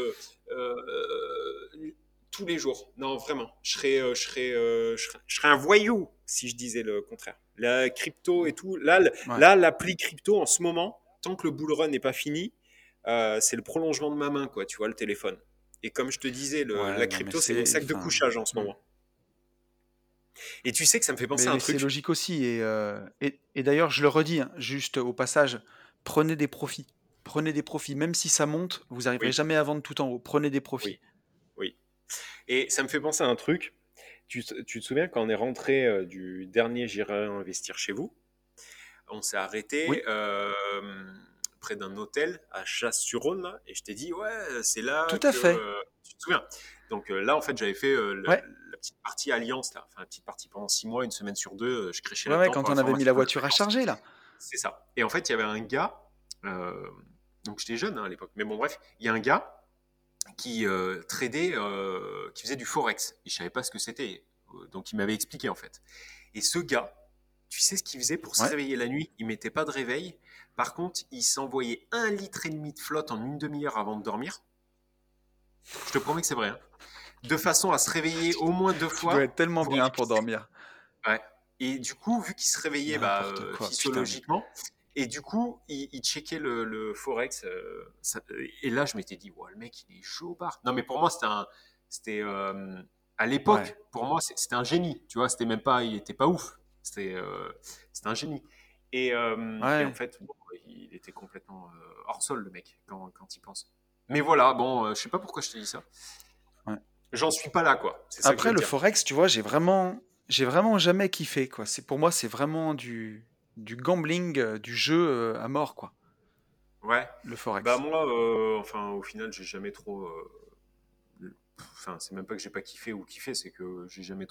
tous les jours, non, vraiment, je serais un voyou si je disais le contraire. La crypto et tout, Ouais. là, l'appli crypto en ce moment, tant que le bull run n'est pas fini, c'est le prolongement de ma main, quoi. Tu vois, le téléphone. Et comme je te disais, Ouais, la non, mais crypto, c'est mon c'est. sac de Enfin. couchage en ce Hmm. moment. Et tu sais que ça me fait penser à un Mais c'est truc. logique aussi. Et d'ailleurs, je le redis, hein, juste au passage, prenez des profits. Prenez des profits. Même si ça monte, vous n'arriverez Oui, jamais à vendre tout en haut. Prenez des profits. oui, oui. Et ça me fait penser à un truc. Tu te souviens quand on est rentré du dernier J'irai investir chez vous, on s'est arrêté Oui, près d'un hôtel à Chasse-sur-Rhône, là, et je t'ai dit, ouais, c'est là tout à que. fait. Tu te souviens? Donc là, en fait, j'avais fait Ouais, la petite partie Alliance, là. Enfin, la petite partie pendant 6 mois, une semaine sur deux, je créchais ouais, ouais, là-dedans pour quand la on avait mis la formation voiture à d'Alliance. charger, là. C'est ça. Et en fait, il y avait un gars, euh, donc j'étais jeune à l'époque, mais bon, bref, il y a un gars qui tradait, qui faisait du forex. Et je savais pas ce que c'était, donc il m'avait expliqué en fait. Et ce gars, tu sais ce qu'il faisait pour se Ouais. réveiller la nuit? Il mettait pas de réveil. Par contre, il s'envoyait 1,5 litre de flotte en une demi-heure avant de dormir. Je te promets que c'est vrai, hein. De façon à se réveiller au moins 2 Tu dois fois être tellement pour aller bien pour pisser. dormir. Ouais. Et du coup, vu qu'il se réveillait N'importe quoi, putain, mais. physiologiquement, et du coup, il checkait le Forex. Et là, je m'étais dit, ouais, le mec, il est chaud barre. Non, mais pour moi, c'était à Ouais, l'époque, pour moi, c'était un génie. Tu vois, c'était même pas, il était pas ouf. C'était un génie. Et en ouais, fait, bon, il était complètement hors sol, le mec, quand il pense. Mais voilà, bon, je sais pas pourquoi je te dis ça. ouais. J'en suis pas là, quoi. C'est ça que je Après, veux te le dire. Forex, tu vois, j'ai vraiment jamais kiffé, quoi. Pour moi, c'est vraiment du gambling, du jeu à mort, quoi. Ouais. Le Bah Forex. moi, enfin, au final, j'ai jamais trop. Enfin, c'est même pas que j'ai pas kiffé ou kiffé, c'est que j'ai jamais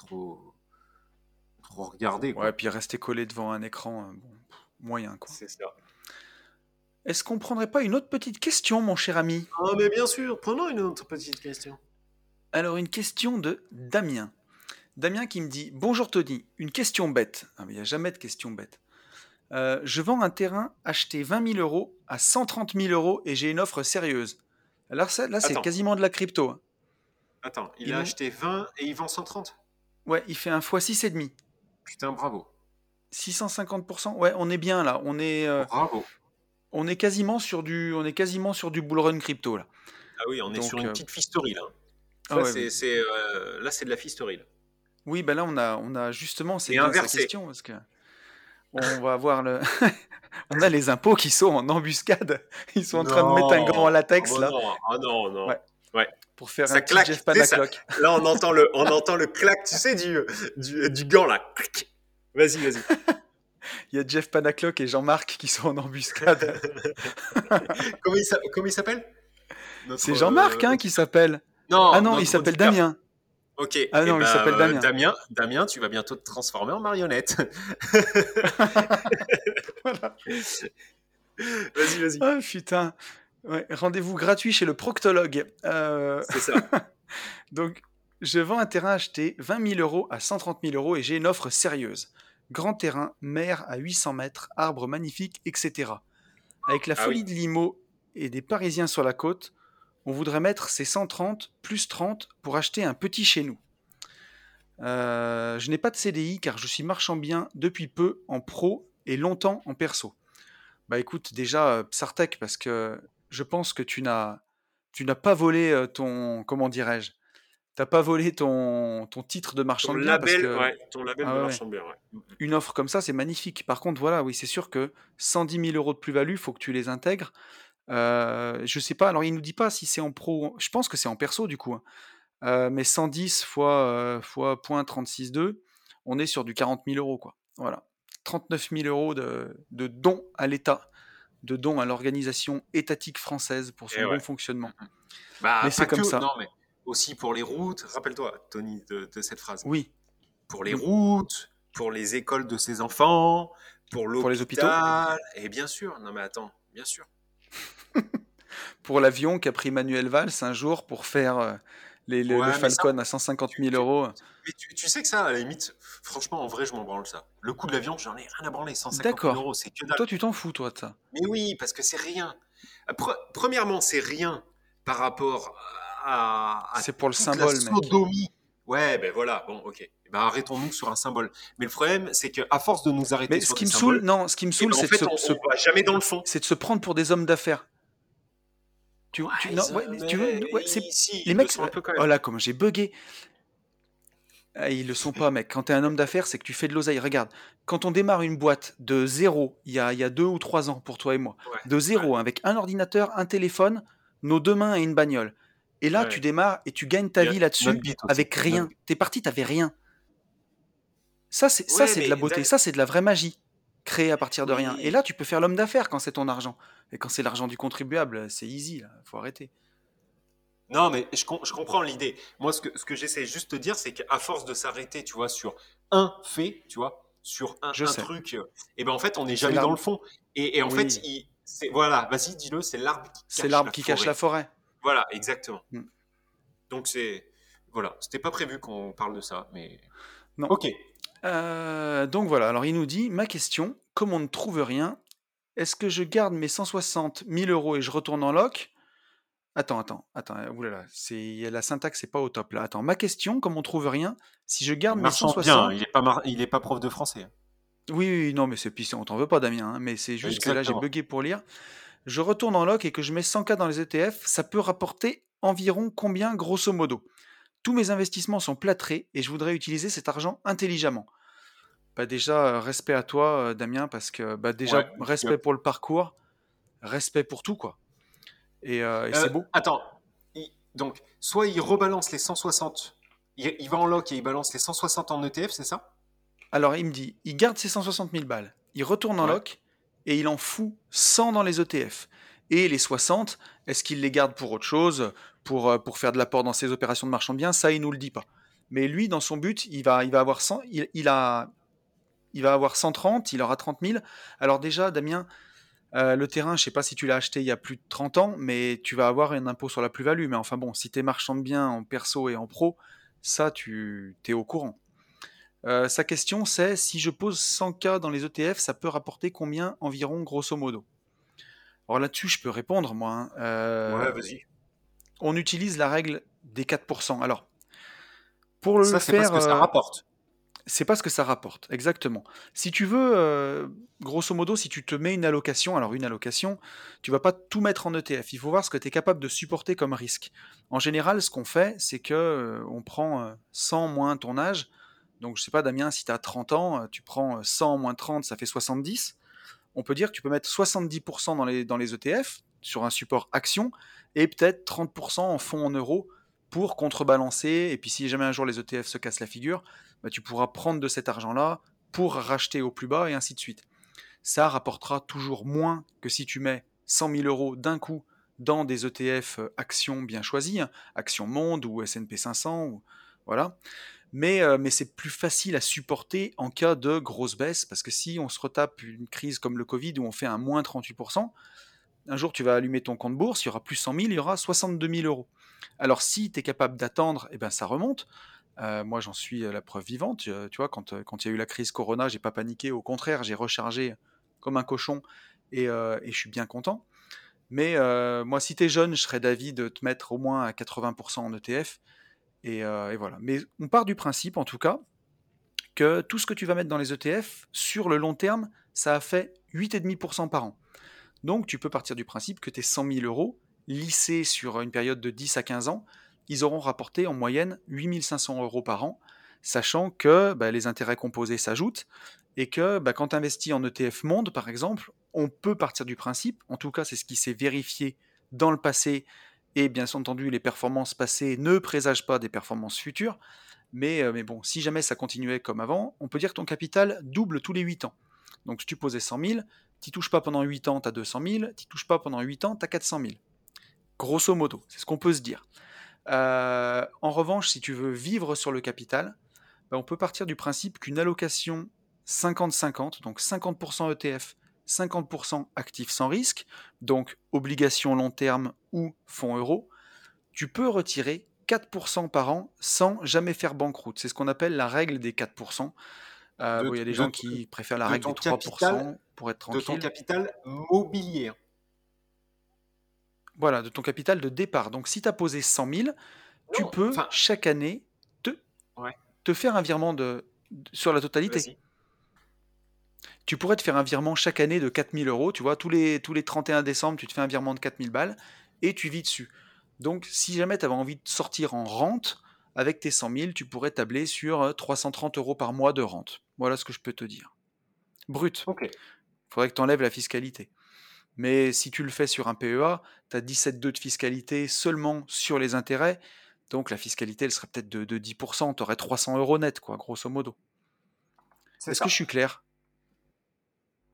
trop regardé, Ouais, quoi. puis rester collé devant un écran, bon, moyen, quoi. C'est ça. Est-ce qu'on prendrait pas une autre petite question, mon cher ami? Ah, mais bien sûr, prenons une autre petite question. Alors, une question de Damien. Damien qui me dit: Bonjour Tony, une question bête. Ah, mais il n'y a jamais de question bête. Je vends un terrain acheté 20 000 euros à 130 000 euros et j'ai une offre sérieuse. Alors, là, c'est Attends, quasiment de la crypto, hein. attends, il Il a nous... acheté 20 et il vend 130. Ouais, il fait un x 6,5. Putain, bravo. 650%. Ouais, on est bien là. Bravo. On est quasiment sur du bull run crypto là. Ah oui, on est sur Donc, une petite fistory, là. ah Là, ouais, ouais. là, c'est de la fistory, là. Oui, bah là, on a justement, c'est Et bien sa inversé. question parce que on va avoir on a les impôts qui sont en embuscade. Ils sont en train de mettre un gant en Non. Ah latex bah là. non. Ah non, Ouais, non. Ouais. pour faire un Ça petit claque. Jeff Tu sais, ça, Panaclock. là, on entend le clac, tu sais, du gant, là. Vas-y, vas-y. Il y a Jeff Panaclock et Jean-Marc qui sont en embuscade. Comment il s'appelle? Notre. C'est Jean-Marc hein, qui s'appelle. Ah Non, non, il notre s'appelle auditeur. Damien. Ok, Ah et non, il ben s'appelle Damien. Damien, tu vas bientôt te transformer en marionnette. Voilà. Vas-y, vas-y. Ah putain. Ouais, rendez-vous gratuit chez le proctologue. C'est ça. Donc, je vends un terrain acheté 20 000 euros à 130 000 euros et j'ai une offre sérieuse. Grand terrain, mer à 800 mètres, arbres magnifiques, etc. Avec la Ah oui. folie de l'IMO et des Parisiens sur la côte, on voudrait mettre ces 130 plus 30 pour acheter un petit chez nous. Je n'ai pas de CDI car je suis marchand bien depuis peu en pro et longtemps en perso. Bah écoute, déjà, Psartek, parce que je pense que tu n'as pas volé comment dirais-je, t'as pas volé ton titre de marchand de biens parce que, Ton label ah de ouais, ouais, marchand de biens, ouais. une offre comme ça, c'est magnifique. Par contre, voilà, oui, c'est sûr que 110 000 euros de plus-value, faut que tu les intègres. Je sais pas, alors il nous dit pas si c'est en pro, je pense que c'est en perso du coup, hein. Mais 110 fois 0,362, on est sur du 40 000 euros, quoi. Voilà. 39 000 euros de dons à l'État, de dons à l'organisation étatique française pour son Et bon ouais. fonctionnement. Bah, Mais pas c'est comme que, non, ça. mais aussi pour les routes. Rappelle-toi, Tony, de cette phrase. Oui. Pour les Mm. routes, pour les écoles de ses enfants, pour Pour les hôpitaux, l'hôpital. Et bien sûr, non mais attends, bien sûr. pour l'avion qu'a pris Manuel Valls un jour pour faire le Ouais, mais ça, Falcon à 150 000 euros. mais tu sais que ça, à la limite, franchement, en vrai, je m'en branle ça. Le coût de l'avion, j'en ai rien à branler. 150 000 D'accord. euros, c'est que dalle. Toi, tu t'en fous, toi, de ça. Mais oui, parce que c'est rien. Premièrement, c'est rien par rapport à C'est pour le toute la symbole, mec. sodomie. Ouais, ben voilà, bon, ok. Ben arrêtons-nous sur un symbole. Mais le problème, c'est qu'à force de nous arrêter Mais ce sur qui des me saoule, symboles, non, ce qui me et saoule, ben en c'est de fait, on va jamais dans le fond. prendre pour des hommes d'affaires. Ouais, Non, ouais, tu veux, mais ouais, ici, les ils le mecs, sont un peu quand oh même. là, comme j'ai bugué. Ah, ils le sont pas, mec. Quand t'es un homme d'affaires, c'est que tu fais de l'oseille. Regarde, quand on démarre une boîte de zéro, il y a 2 ou 3 ans pour toi et moi, Ouais, de ouais, zéro, hein, avec un ordinateur, un téléphone, nos 2 mains et une bagnole. Et là, tu ouais. démarres et tu gagnes ta Il y a vie notre là-dessus bite aussi. avec rien. T'es parti, t'avais rien. Ça, Ouais, c'est de mais la beauté. Ça, c'est de la vraie magie créée à partir de rien. Et oui, là, tu peux faire l'homme d'affaires quand c'est ton argent. Et quand c'est l'argent du contribuable, c'est easy, là. Faut arrêter. Non, mais je comprends l'idée. Moi, ce que j'essaie juste de dire, c'est qu'à force de s'arrêter, tu vois, sur un fait, tu vois, sur un, Je un sais. truc, et ben en fait, on n'est C'est jamais dans le l'arbre. fond. Et en fait, Oui, voilà, vas-y, dis-le, c'est l'arbre qui c'est cache l'arbre la qui cache la forêt. forêt. Voilà, exactement. Hmm. Donc voilà, c'était pas prévu qu'on parle de ça, mais Non. ok. Donc voilà, alors il nous dit, ma question, comme on ne trouve rien, est-ce que je garde mes 160 000 € et je retourne en loc? Attends, oulala, la syntaxe c'est pas au top là. Attends, ma question, comme on trouve rien, si je Il garde mes marchande bien, hein, 160, il est pas prof de français, hein. oui, oui, oui, non, mais c'est puis on t'en veut pas, Damien, hein, mais c'est juste que là j'ai Exactement. bugué pour lire. Je retourne en loc et que je mets 100K dans les ETF, ça peut rapporter environ combien, grosso modo? Tous mes investissements sont plâtrés et je voudrais utiliser cet argent intelligemment. Bah déjà, respect à toi, Damien, parce que bah Ouais, déjà, big respect up. pour le parcours, respect pour tout, quoi. Et c'est beau. Attends, donc, soit il rebalance les 160, il va en lock et il balance les 160 en ETF, c'est ça? Alors il me dit, il garde ses 160 000 balles, il retourne en Ouais. loc et il en fout 100 dans les ETF. Et les 60, est-ce qu'il les garde pour autre chose, pour faire de l'apport dans ses opérations de marchand de biens? Ça, il nous le dit pas. Mais lui, dans son but, il va avoir 100, il va avoir 130, il aura 30 000. Alors déjà, Damien, le terrain, je sais pas si tu l'as acheté il y a plus de 30 ans, mais tu vas avoir un impôt sur la plus-value. Mais enfin bon, si tu es marchand de biens en perso et en pro, ça, tu es au courant. Sa question, c'est si je pose 100K dans les ETF, ça peut rapporter combien environ, grosso modo? Alors là-dessus, je peux répondre, moi, hein. Ouais, vas-y. On utilise la règle des 4%. Alors, pour le Ça, c'est parce faire, que ça rapporte. c'est pas ce que ça rapporte, exactement. Si tu veux, grosso modo, si tu te mets une allocation, alors une allocation, tu vas pas tout mettre en ETF. Il faut voir ce que tu es capable de supporter comme risque. En général, ce qu'on fait, c'est que on prend 100 moins ton âge. Donc, je sais pas, Damien, si tu as 30 ans, tu prends 100 moins 30, ça fait 70. On peut dire que tu peux mettre 70% dans les ETF sur un support action et peut-être 30% en fonds en euros pour contrebalancer. Et puis si jamais un jour les ETF se cassent la figure, bah, tu pourras prendre de cet argent-là pour racheter au plus bas et ainsi de suite. Ça rapportera toujours moins que si tu mets 100 000 € d'un coup dans des ETF actions bien choisis, hein, Action Monde ou S&P 500, voilà. Mais c'est plus facile à supporter en cas de grosse baisse, parce que si on se retape une crise comme le Covid où on fait un moins 38%, un jour tu vas allumer ton compte bourse, il y aura plus 100 000, il y aura 62 000 €. Alors si tu es capable d'attendre, eh ben, ça remonte. Moi j'en suis la preuve vivante. Tu vois, quand il y a eu la crise Corona, j'ai pas paniqué, au contraire, j'ai rechargé comme un cochon et je suis bien content. Mais moi, si tu es jeune, je serais d'avis de te mettre au moins à 80% en ETF. Et voilà. Mais on part du principe, en tout cas, que tout ce que tu vas mettre dans les ETF, sur le long terme, ça a fait 8,5% par an. Donc tu peux partir du principe que tes 100 000 € lissés sur une période de 10 à 15 ans, ils auront rapporté en moyenne 8 500 € par an, sachant que bah, les intérêts composés s'ajoutent et que bah, quand tu investis en ETF Monde, par exemple, on peut partir du principe, en tout cas c'est ce qui s'est vérifié dans le passé, et bien entendu les performances passées ne présagent pas des performances futures, mais bon, si jamais ça continuait comme avant, on peut dire que ton capital double tous les 8 ans. Donc si tu posais 100 000, tu touches pas pendant 8 ans, tu as 200 000, tu touches pas pendant 8 ans, tu as 400 000. Grosso modo, c'est ce qu'on peut se dire. En revanche, si tu veux vivre sur le capital, ben, on peut partir du principe qu'une allocation 50-50, donc 50% ETF, 50% actifs sans risque, donc obligations long terme ou fonds euros, tu peux retirer 4% par an sans jamais faire banqueroute. C'est ce qu'on appelle la règle des 4%. De, Bon, il y a des de, gens qui préfèrent la de règle des ton capital, 3% pour être de ton tranquille. capital mobilier. Voilà, de ton capital de départ. Donc si tu as posé 100 000, tu Non, peux enfin, chaque année te, ouais, te faire un virement sur la totalité. vas-y. Tu pourrais te faire un virement chaque année de 4 000 €, tu vois, tous les 31 décembre, tu te fais un virement de 4 000 balles et tu vis dessus. Donc, si jamais tu avais envie de sortir en rente, avec tes 100 000, tu pourrais tabler sur 330 € par mois de rente. Voilà ce que je peux te dire. Brut. Ok. Il faudrait que tu enlèves la fiscalité. Mais si tu le fais sur un PEA, tu as 17,2 de fiscalité seulement sur les intérêts. Donc la fiscalité, elle serait peut-être de 10%. Tu aurais 300 € net, quoi, grosso modo. C'est Est-ce que je ça. suis clair?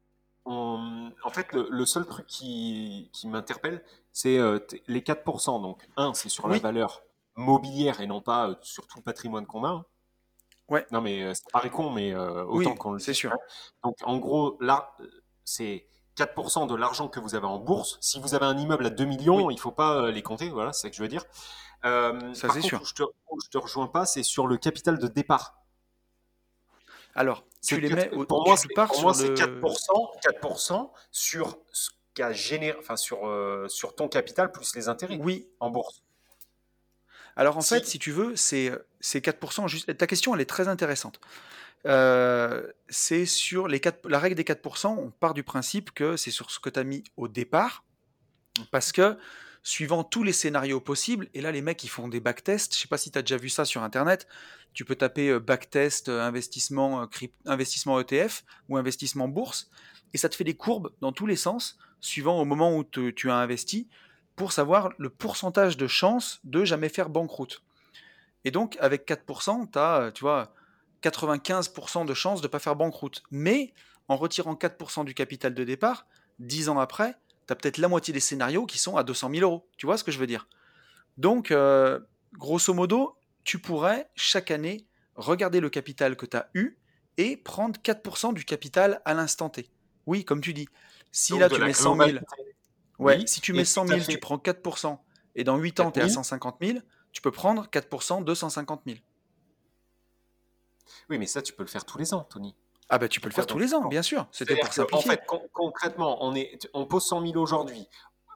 en fait, le seul truc qui m'interpelle, c'est les 4%. Donc, un, c'est sur la Oui, valeur mobilière et non pas sur tout le patrimoine qu'on a, hein. ouais, Non, mais ça paraît con, mais autant oui, qu'on le c'est dise. sûr. Hein. Donc, en gros, là, c'est 4% de l'argent que vous avez en bourse. Si vous avez un immeuble à 2 millions, Oui, il faut pas les compter. Voilà, c'est ça que je veux dire. ça Par c'est contre, sûr. où je te rejoins pas, c'est sur le capital de départ. Alors, C'est que tu pars pour moi, sur c'est le. 4% sur ce qu'a généré, enfin sur ton capital plus les intérêts Oui. en bourse. Alors en fait, Si, si tu veux, c'est 4%. Ta question, elle est très intéressante. C'est sur la règle des 4%, on part du principe que c'est sur ce que tu as mis au départ, parce que suivant tous les scénarios possibles, et là les mecs ils font des backtests, je sais pas si tu as déjà vu ça sur internet, tu peux taper backtest investissement, investissement ETF ou investissement bourse, et ça te fait des courbes dans tous les sens, suivant au moment où tu as investi, pour savoir le pourcentage de chance de jamais faire banqueroute. Et donc, avec 4%, tu as, tu vois, 95% de chances de ne pas faire banqueroute. Mais en retirant 4% du capital de départ, 10 ans après, tu as peut-être la moitié des scénarios qui sont à 200 000 euros. Tu vois ce que je veux dire? Donc, grosso modo, tu pourrais chaque année regarder le capital que tu as eu et prendre 4% du capital à l'instant T. Oui, comme tu dis. Si donc là, de tu la mets 100 000, globalité. ouais, Oui. si tu Et mets si 100 tu as 000, tu fait prends 4%, et dans 8 ans, tu es à 4 000, 150 000, tu peux prendre 4%, 250 000. oui, mais ça, tu peux le faire tous les ans, Tony. Ah bah tu peux le Pourquoi faire tous donc les ans, non? bien sûr. C'était C'est-à-dire pour que, en simplifier. fait, concrètement, on pose 100 000 aujourd'hui.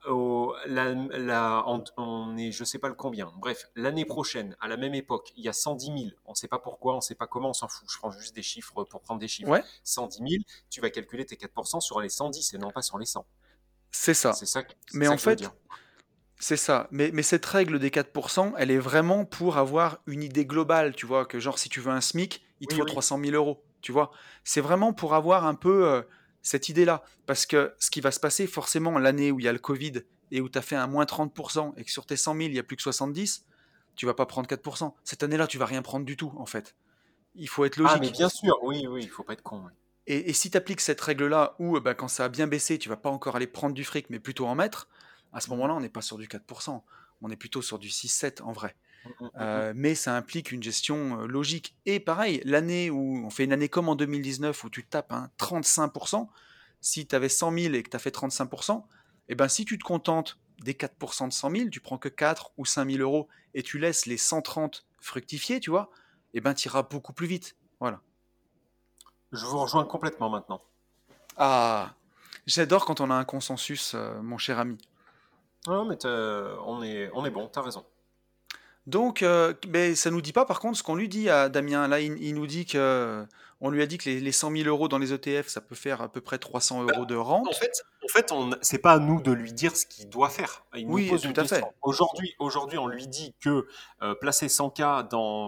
On est, je sais pas le combien. Bref, l'année prochaine, à la même époque, il y a 110 000. On ne sait pas pourquoi, on ne sait pas comment, on s'en fout. Je prends juste des chiffres pour prendre des chiffres. Ouais, 110 000, tu vas calculer tes 4% sur les 110 et non pas sur les 100. c'est ça. C'est Mais ça en que je veux dire. fait, c'est ça. Mais cette règle des 4%, elle est vraiment pour avoir une idée globale, tu vois, que genre si tu veux un SMIC, il te Oui, faut oui. 300 000 euros, tu vois. C'est vraiment pour avoir un peu cette idée-là. Parce que ce qui va se passer forcément l'année où il y a le Covid et où tu as fait un moins 30% et que sur tes 100 000, il n'y a plus que 70, tu vas pas prendre 4%. Cette année-là, tu vas rien prendre du tout, en fait. Il faut être Ah, mais logique. bien sûr, oui, oui, il faut pas être con. Oui. Et si tu appliques cette règle-là, où bah, quand ça a bien baissé, tu vas pas encore aller prendre du fric, mais plutôt en mettre, à ce Mhm, moment-là, on n'est pas sur du 4%. On est plutôt sur du 6-7 en vrai. mhm, mhm. Mais ça implique une gestion logique. Et pareil, l'année où on fait une année comme en 2019 où tu tapes 35%, si tu avais 100 000 et que tu as fait 35%, et ben si tu te contentes des 4% de 100 000, tu prends que 4 ou 5 000 euros et tu laisses les 130 fructifier, tu vois, et ben tu iras beaucoup plus vite. Voilà. Je vous rejoins complètement maintenant. Ah, j'adore quand on a un consensus, mon cher ami. Non, mais on est bon, t'as raison. Donc, mais ça nous dit pas par contre ce qu'on lui dit à Damien. Là, il nous dit que on lui a dit que les 100 000 euros dans les ETF, ça peut faire à peu près 300 Bah, euros de rente. c'est pas à nous de lui dire ce qu'il doit faire. Il nous Oui, pose tout une à question. fait. Aujourd'hui, on lui dit que placer 100K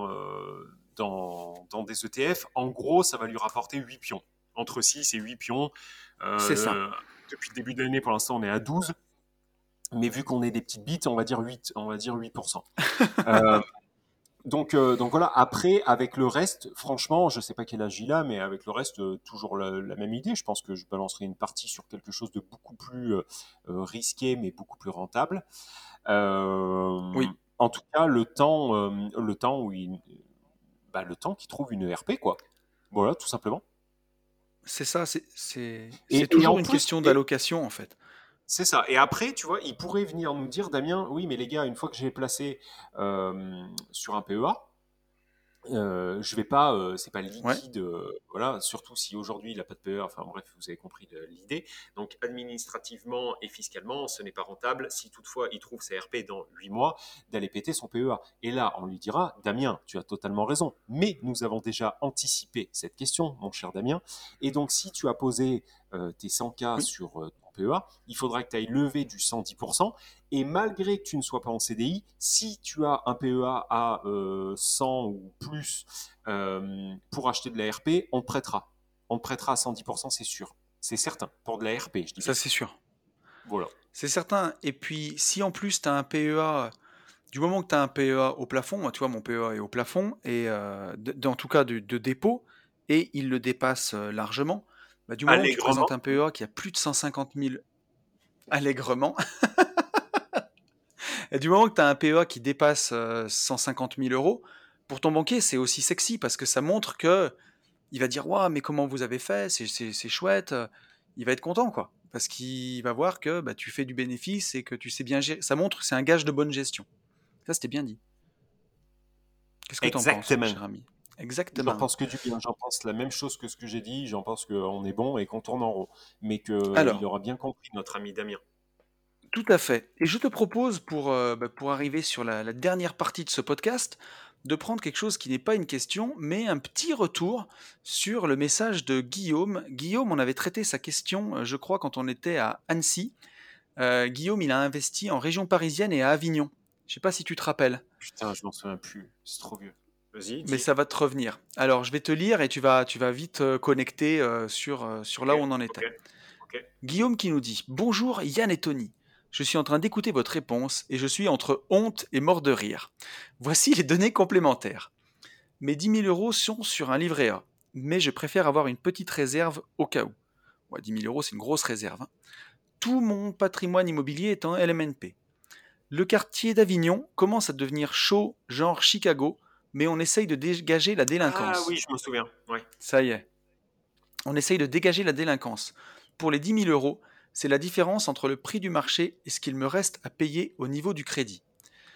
dans des ETF, en gros, ça va lui rapporter 8 pions. Entre 6 et 8 pions. C'est ça. Euh, Depuis le début de l'année, pour l'instant, on est à 12. Mais vu qu'on est des petites bites, on va dire 8, on va dire 8%. Euh, donc voilà, après, avec le reste, franchement, je sais pas quel âge il a, mais avec le reste, toujours la même idée. Je pense que je balancerai une partie sur quelque chose de beaucoup plus risqué, mais beaucoup plus rentable. Euh, Oui, En tout cas, le temps où le temps qu'il trouve une ERP, quoi. Voilà, tout simplement. c'est ça. C'est Et toujours en une plus, question d'allocation en fait. c'est ça. Et après, tu vois, il pourrait venir nous dire, Damien, oui, mais les gars, une fois que j'ai placé sur un PEA, je vais pas, c'est pas Ouais, liquide, voilà, surtout si aujourd'hui il n'a pas de PEA, enfin bref, vous avez compris l'idée. Donc administrativement et fiscalement, ce n'est pas rentable, si toutefois il trouve sa RP dans 8 mois, d'aller péter son PEA. Et là, on lui dira, Damien, tu as totalement raison, mais nous avons déjà anticipé cette question, mon cher Damien, et donc si tu as posé tes 100K oui, sur ton PEA, il faudra que tu ailles lever du 110%, et malgré que tu ne sois pas en CDI, si tu as un PEA à 100 ou plus pour acheter de la RP, on te prêtera. On te prêtera à 110%, c'est sûr. C'est certain. Pour de la RP, je dis ça bien. c'est sûr. Voilà. C'est certain. Et puis, si en plus tu as un PEA, du moment que tu as un PEA au plafond, moi tu vois, mon PEA est au plafond, et en tout cas de dépôt, et il le dépasse largement. Bah, du moment où tu présentes Allègrement. un PEA qui a plus de 150 000 allègrement, et du moment que tu as un PEA qui dépasse 150 000 euros, pour ton banquier, c'est aussi sexy parce que ça montre que il va dire waouh, mais comment vous avez fait, c'est chouette. Il va être content, quoi. Parce qu'il va voir que bah, tu fais du bénéfice et que tu sais bien gérer. Ça montre que c'est un gage de bonne gestion. Ça, c'était bien dit. Qu'est-ce que tu en penses, Exactement. cher ami? J'en Exactement. pense que du bien. J'en pense la même chose que ce que j'ai dit. J'en pense qu'on est bon et qu'on tourne en rond. Mais qu'il Alors, aura bien compris, notre ami Damien. tout à fait. Et je te propose, pour arriver sur la dernière partie de ce podcast, de prendre quelque chose qui n'est pas une question, mais un petit retour sur le message de Guillaume. Guillaume, on avait traité sa question, je crois, quand on était à Annecy. Guillaume, il a investi en région parisienne et à Avignon. Je ne sais pas si tu te rappelles, Putain, je m'en souviens plus. C'est trop vieux. Vas-y, mais dis. ça va te revenir. Alors, je vais te lire et tu vas vite connecter sur Ok, là où on en ok, était. ok. Guillaume qui nous dit: Bonjour Yann et Tony. Je suis en train d'écouter votre réponse et je suis entre honte et mort de rire. Voici les données complémentaires. Mes 10 000 euros sont sur un livret A, mais je préfère avoir une petite réserve au cas où. Ouais, 10 000 euros, c'est une grosse réserve, hein. Tout mon patrimoine immobilier est en LMNP. Le quartier d'Avignon commence à devenir chaud, genre Chicago, mais on essaye de dégager la Ah délinquance. oui, je m'en souviens. Ouais. Ça y est, on essaye de dégager la délinquance. Pour les 10 000 euros, c'est la différence entre le prix du marché et ce qu'il me reste à payer au niveau du crédit.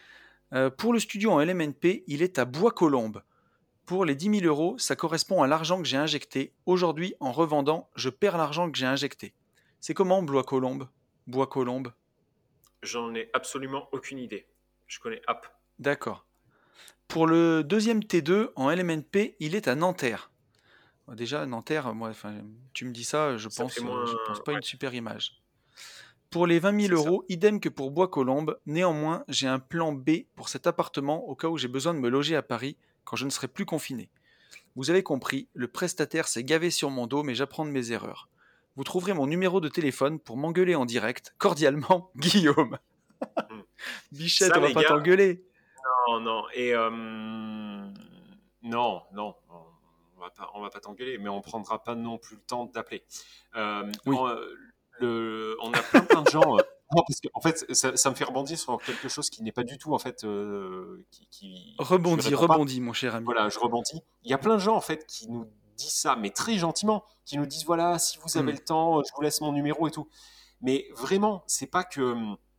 Pour le studio en LMNP, il est à Bois-Colombes. Pour les 10 000 euros, ça correspond à l'argent que j'ai injecté. Aujourd'hui, en revendant, je perds l'argent que j'ai injecté. C'est comment Bois-Colombes? Bois-Colombes. J'en ai absolument aucune idée. Je connais App. D'accord. Pour le deuxième T2 en LMNP, il est à Nanterre. Déjà, Nanterre, moi, enfin, tu me dis ça, Ça fait moins. je pense pas Ouais, une super image. Pour les 20 000 c'est ça. euros, idem que pour Bois-Colombes. Néanmoins, j'ai un plan B pour cet appartement au cas où j'ai besoin de me loger à Paris quand je ne serai plus confiné. Vous avez compris, le prestataire s'est gavé sur mon dos, mais j'apprends de mes erreurs. Vous trouverez mon numéro de téléphone pour m'engueuler en direct. Cordialement, Guillaume. Hmm. Bichette, Ça, on va les pas gars, t'engueuler. non, non. Et non, non. On va pas t'engueuler, mais on prendra pas non plus le temps d'appeler. Euh, Oui, on, on a plein de gens. Non, parce que en fait, ça me fait rebondir sur quelque chose qui n'est pas du tout en fait, je rebondis, réponds pas. rebondis, mon cher ami. Voilà, je rebondis. Il y a plein de gens en fait qui nous disent ça, mais très gentiment, qui nous disent voilà, si vous avez Hmm, le temps, je vous laisse mon numéro et tout. Mais vraiment, c'est pas que,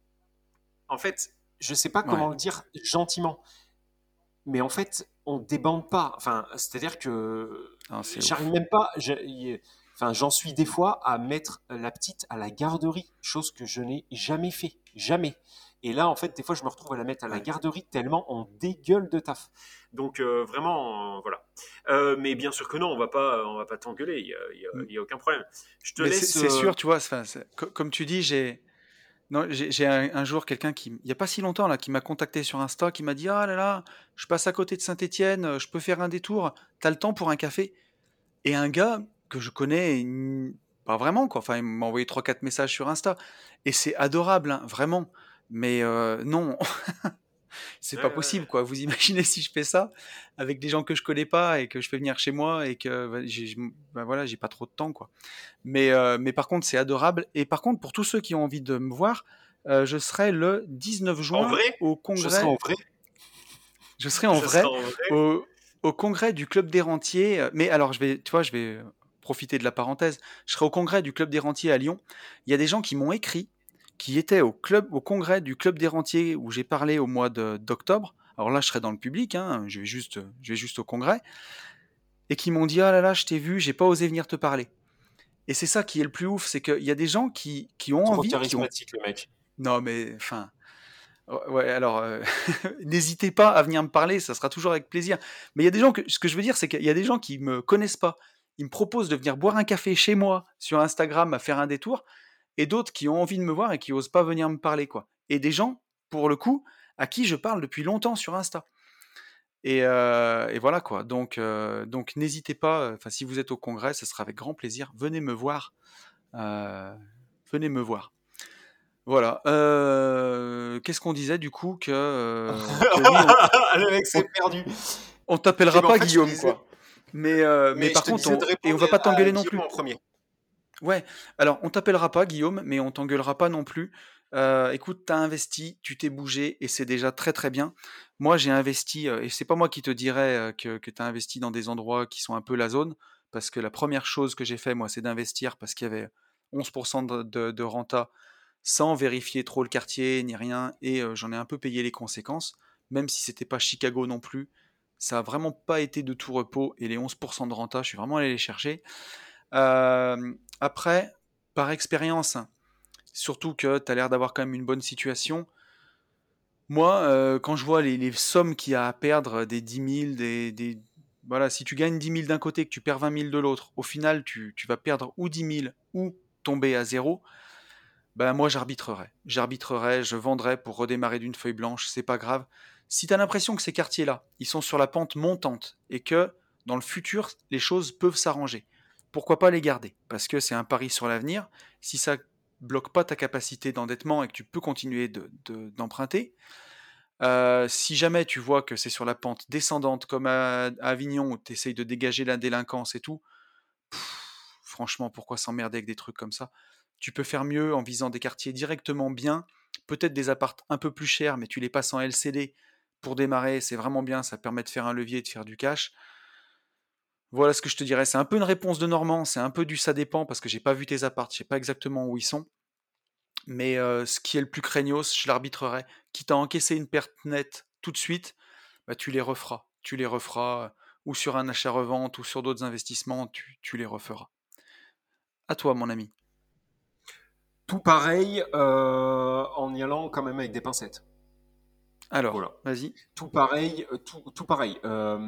en fait, je sais pas comment ouais. le dire gentiment, mais en fait, on débande pas. Enfin, c'est-à-dire que Ah, c'est j'arrive ouf. même pas. Enfin, j'en suis des fois à mettre la petite à la garderie, chose que je n'ai jamais fait, jamais. Et là, en fait, des fois, je me retrouve à la mettre à la Ouais. garderie tellement on dégueule de taf. Donc, vraiment, voilà. Mais bien sûr que non, on va pas t'engueuler. M- Il y a aucun problème. Je te Mais c'est laisse. c'est sûr, tu vois, enfin, comme tu dis, non, j'ai un jour quelqu'un il n'y a pas si longtemps là, qui m'a contacté sur Insta, qui m'a dit: Ah là là, je passe à côté de Saint-Étienne, je peux faire un détour, t'as le temps pour un café? Et un gars que je connais pas vraiment, quoi. Enfin, il m'a envoyé trois quatre messages sur Insta. Et c'est adorable, hein, vraiment. Mais non, c'est Ouais, pas ouais, possible, ouais. quoi. Vous imaginez si je fais ça avec des gens que je connais pas et que je fais venir chez moi et que bah, bah, voilà, j'ai pas trop de temps, quoi. Mais par contre, c'est adorable. Et par contre, pour tous ceux qui ont envie de me voir, je serai le 19 En juin vrai, au je serai en congrès. vrai. Je serai en Je serai vrai en vrai. au congrès du Club des Rentiers. Mais alors, tu vois, je vais profiter de la parenthèse. Je serai au congrès du Club des Rentiers à Lyon. Il y a des gens qui m'ont écrit, qui étaient au congrès du Club des Rentiers où j'ai parlé au mois d'octobre. Alors là, je serai dans le public, hein, je vais juste au congrès, et qui m'ont dit: Ah là là, je t'ai vu, j'ai pas osé venir te parler. Et c'est ça qui est le plus ouf, c'est qu'il y a des gens qui ont Trop envie, qui ont. charismatique, le mec. Non, mais enfin, ouais, alors, n'hésitez pas à venir me parler, ça sera toujours avec plaisir. Mais il y a des gens ce que je veux dire, c'est qu'il y a des gens qui me connaissent pas. Ils me proposent de venir boire un café chez moi sur Instagram à faire un détour, et d'autres qui ont envie de me voir et qui osent pas venir me parler, quoi. Et des gens, pour le coup, à qui je parle depuis longtemps sur Insta. Et voilà, quoi. Donc n'hésitez pas. Enfin, si vous êtes au congrès, ce sera avec grand plaisir. Venez me voir. euh, venez me voir. Voilà. Qu'est-ce qu'on disait du coup que oui, Le mec s'est on, perdu. on Eh t'appellera ben, en pas fait, je te Guillaume, disais, quoi. Mais mais je par te contre, disais de et on répondre va pas à t'engueuler non Guillaume plus. en premier. Ouais, alors on t'appellera pas Guillaume, mais on t'engueulera pas non plus. Écoute, t'as investi, tu t'es bougé et c'est déjà très très bien. Moi, j'ai investi, et c'est pas moi qui te dirais que tu as investi dans des endroits qui sont un peu la zone, parce que la première chose que j'ai fait, moi, c'est d'investir parce qu'il y avait 11% de renta sans vérifier trop le quartier ni rien, et j'en ai un peu payé les conséquences, même si c'était pas Chicago non plus. Ça a vraiment pas été de tout repos, et les 11% de renta, je suis vraiment allé les chercher. Après, par expérience, surtout que tu as l'air d'avoir quand même une bonne situation, moi, quand je vois les sommes qu'il y a à perdre, des 10 000, voilà, si tu gagnes 10 000 d'un côté et que tu perds 20 000 de l'autre, au final, tu vas perdre ou 10 000 ou tomber à zéro, ben moi, j'arbitrerai. J'arbitrerai, je vendrai pour redémarrer d'une feuille blanche, c'est pas grave. Si tu as l'impression que ces quartiers-là, ils sont sur la pente montante et que dans le futur, les choses peuvent s'arranger, pourquoi pas les garder? Parce que c'est un pari sur l'avenir. Si ça bloque pas ta capacité d'endettement et que tu peux continuer d'emprunter, si jamais tu vois que c'est sur la pente descendante comme à Avignon où tu essayes de dégager la délinquance et tout, franchement, pourquoi s'emmerder avec des trucs comme ça? Tu peux faire mieux en visant des quartiers directement bien, peut-être des appartes un peu plus chers, mais tu les passes en LCD pour démarrer, c'est vraiment bien, ça permet de faire un levier et de faire du cash. Voilà ce que je te dirais. C'est un peu une réponse de Normand, c'est un peu du ça dépend parce que j'ai pas vu tes apparts, je sais pas exactement où ils sont. Mais ce qui est le plus craignos, je l'arbitrerai. Quitte à encaisser une perte nette tout de suite, bah, tu les referas. Tu les referas, ou sur un achat-revente ou sur d'autres investissements, tu les referas. À toi, mon ami. Tout pareil, en y allant quand même avec des pincettes. Alors, Voilà. vas-y. Tout pareil, tout pareil.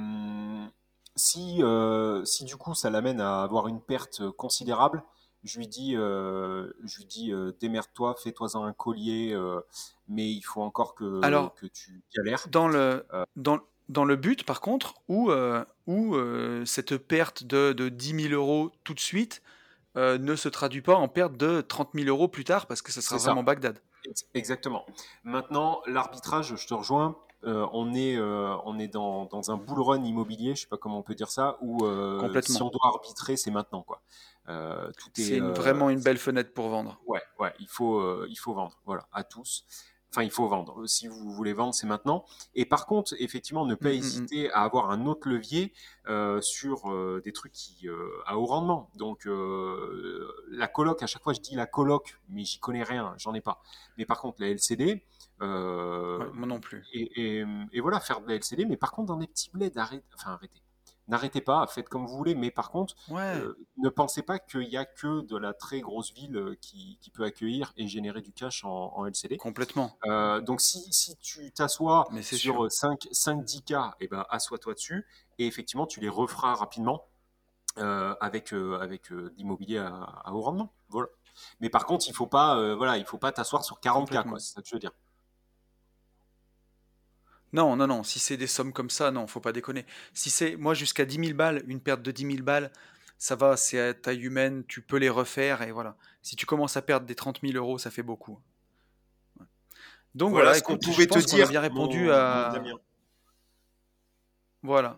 Si du coup ça l'amène à avoir une perte considérable, je lui dis, démerde-toi, fais-toi-en un collier, mais il faut encore que, Alors, que tu galères. dans le, Euh, dans le but, par contre, où cette perte de 10 000 euros tout de suite ne se traduit pas en perte de 30 000 euros plus tard, parce que ça sera c'est vraiment ça. Bagdad. Exactement. Maintenant, l'arbitrage, je te rejoins. On est dans un bull run immobilier, je sais pas comment on peut dire ça, où si Complètement. on doit arbitrer, c'est maintenant, quoi. Tout est, C'est vraiment une belle fenêtre pour vendre. ouais, ouais, il faut vendre, voilà, à tous. Enfin, il faut vendre. Si vous voulez vendre, c'est maintenant. Et par contre, effectivement, ne pas Mm, mm, mm. hésiter à avoir un autre levier sur des trucs à haut rendement. Donc, la coloc, à chaque fois, je dis la coloc, mais j'y connais rien, j'en ai pas. Mais par contre, la LCD, Ouais, euh, moi non plus. et voilà, faire de la LCD, mais par contre, dans des petits bleds, arrêtez. N'arrêtez pas, faites comme vous voulez, mais par contre, Ouais, ne pensez pas qu'il y a que de la très grosse ville qui peut accueillir et générer du cash en LCD. complètement. Donc si tu t'assois Mais c'est sûr. sur 5-10 cas, eh ben, assois-toi dessus et effectivement tu les referas rapidement avec de l'immobilier à haut rendement. Voilà. Mais par contre, il faut pas t'asseoir sur 40 cas, quoi, Complètement. c'est ça que je veux dire. Non, non, non. Si c'est des sommes comme ça, non, faut pas déconner. Si c'est, moi, jusqu'à 10 000 balles, une perte de 10 000 balles, ça va, c'est à taille humaine, tu peux les refaire et voilà. Si tu commences à perdre des 30 000 euros, ça fait beaucoup. Donc Voilà voilà, ce qu'on écoute, je pouvait te pense qu'on a dire, bien répondu mon à. Damien. Voilà.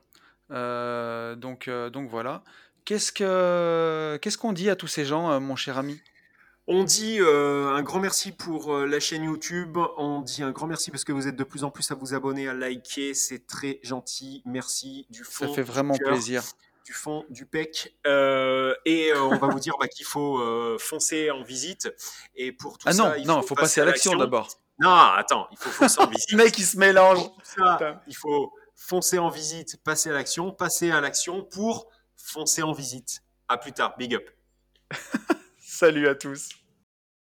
Donc voilà. Qu'est-ce qu'on dit à tous ces gens, mon cher ami? On dit un grand merci pour la chaîne YouTube. On dit un grand merci parce que vous êtes de plus en plus à vous abonner, à liker. C'est très gentil. Merci du Ça fond fait du vraiment cœur, plaisir. du fond du pec. Et on va vous dire qu'il faut foncer en visite. Et pour tout Ah ça, non, il non, il faut faut passer passer à à l'action l'action. d'abord. Non, attends, il faut foncer en Le visite. mec, il se mélange. Pour tout ça, Putain. il faut foncer en visite, passer à l'action pour foncer en visite. À plus tard. Big up. Salut à tous.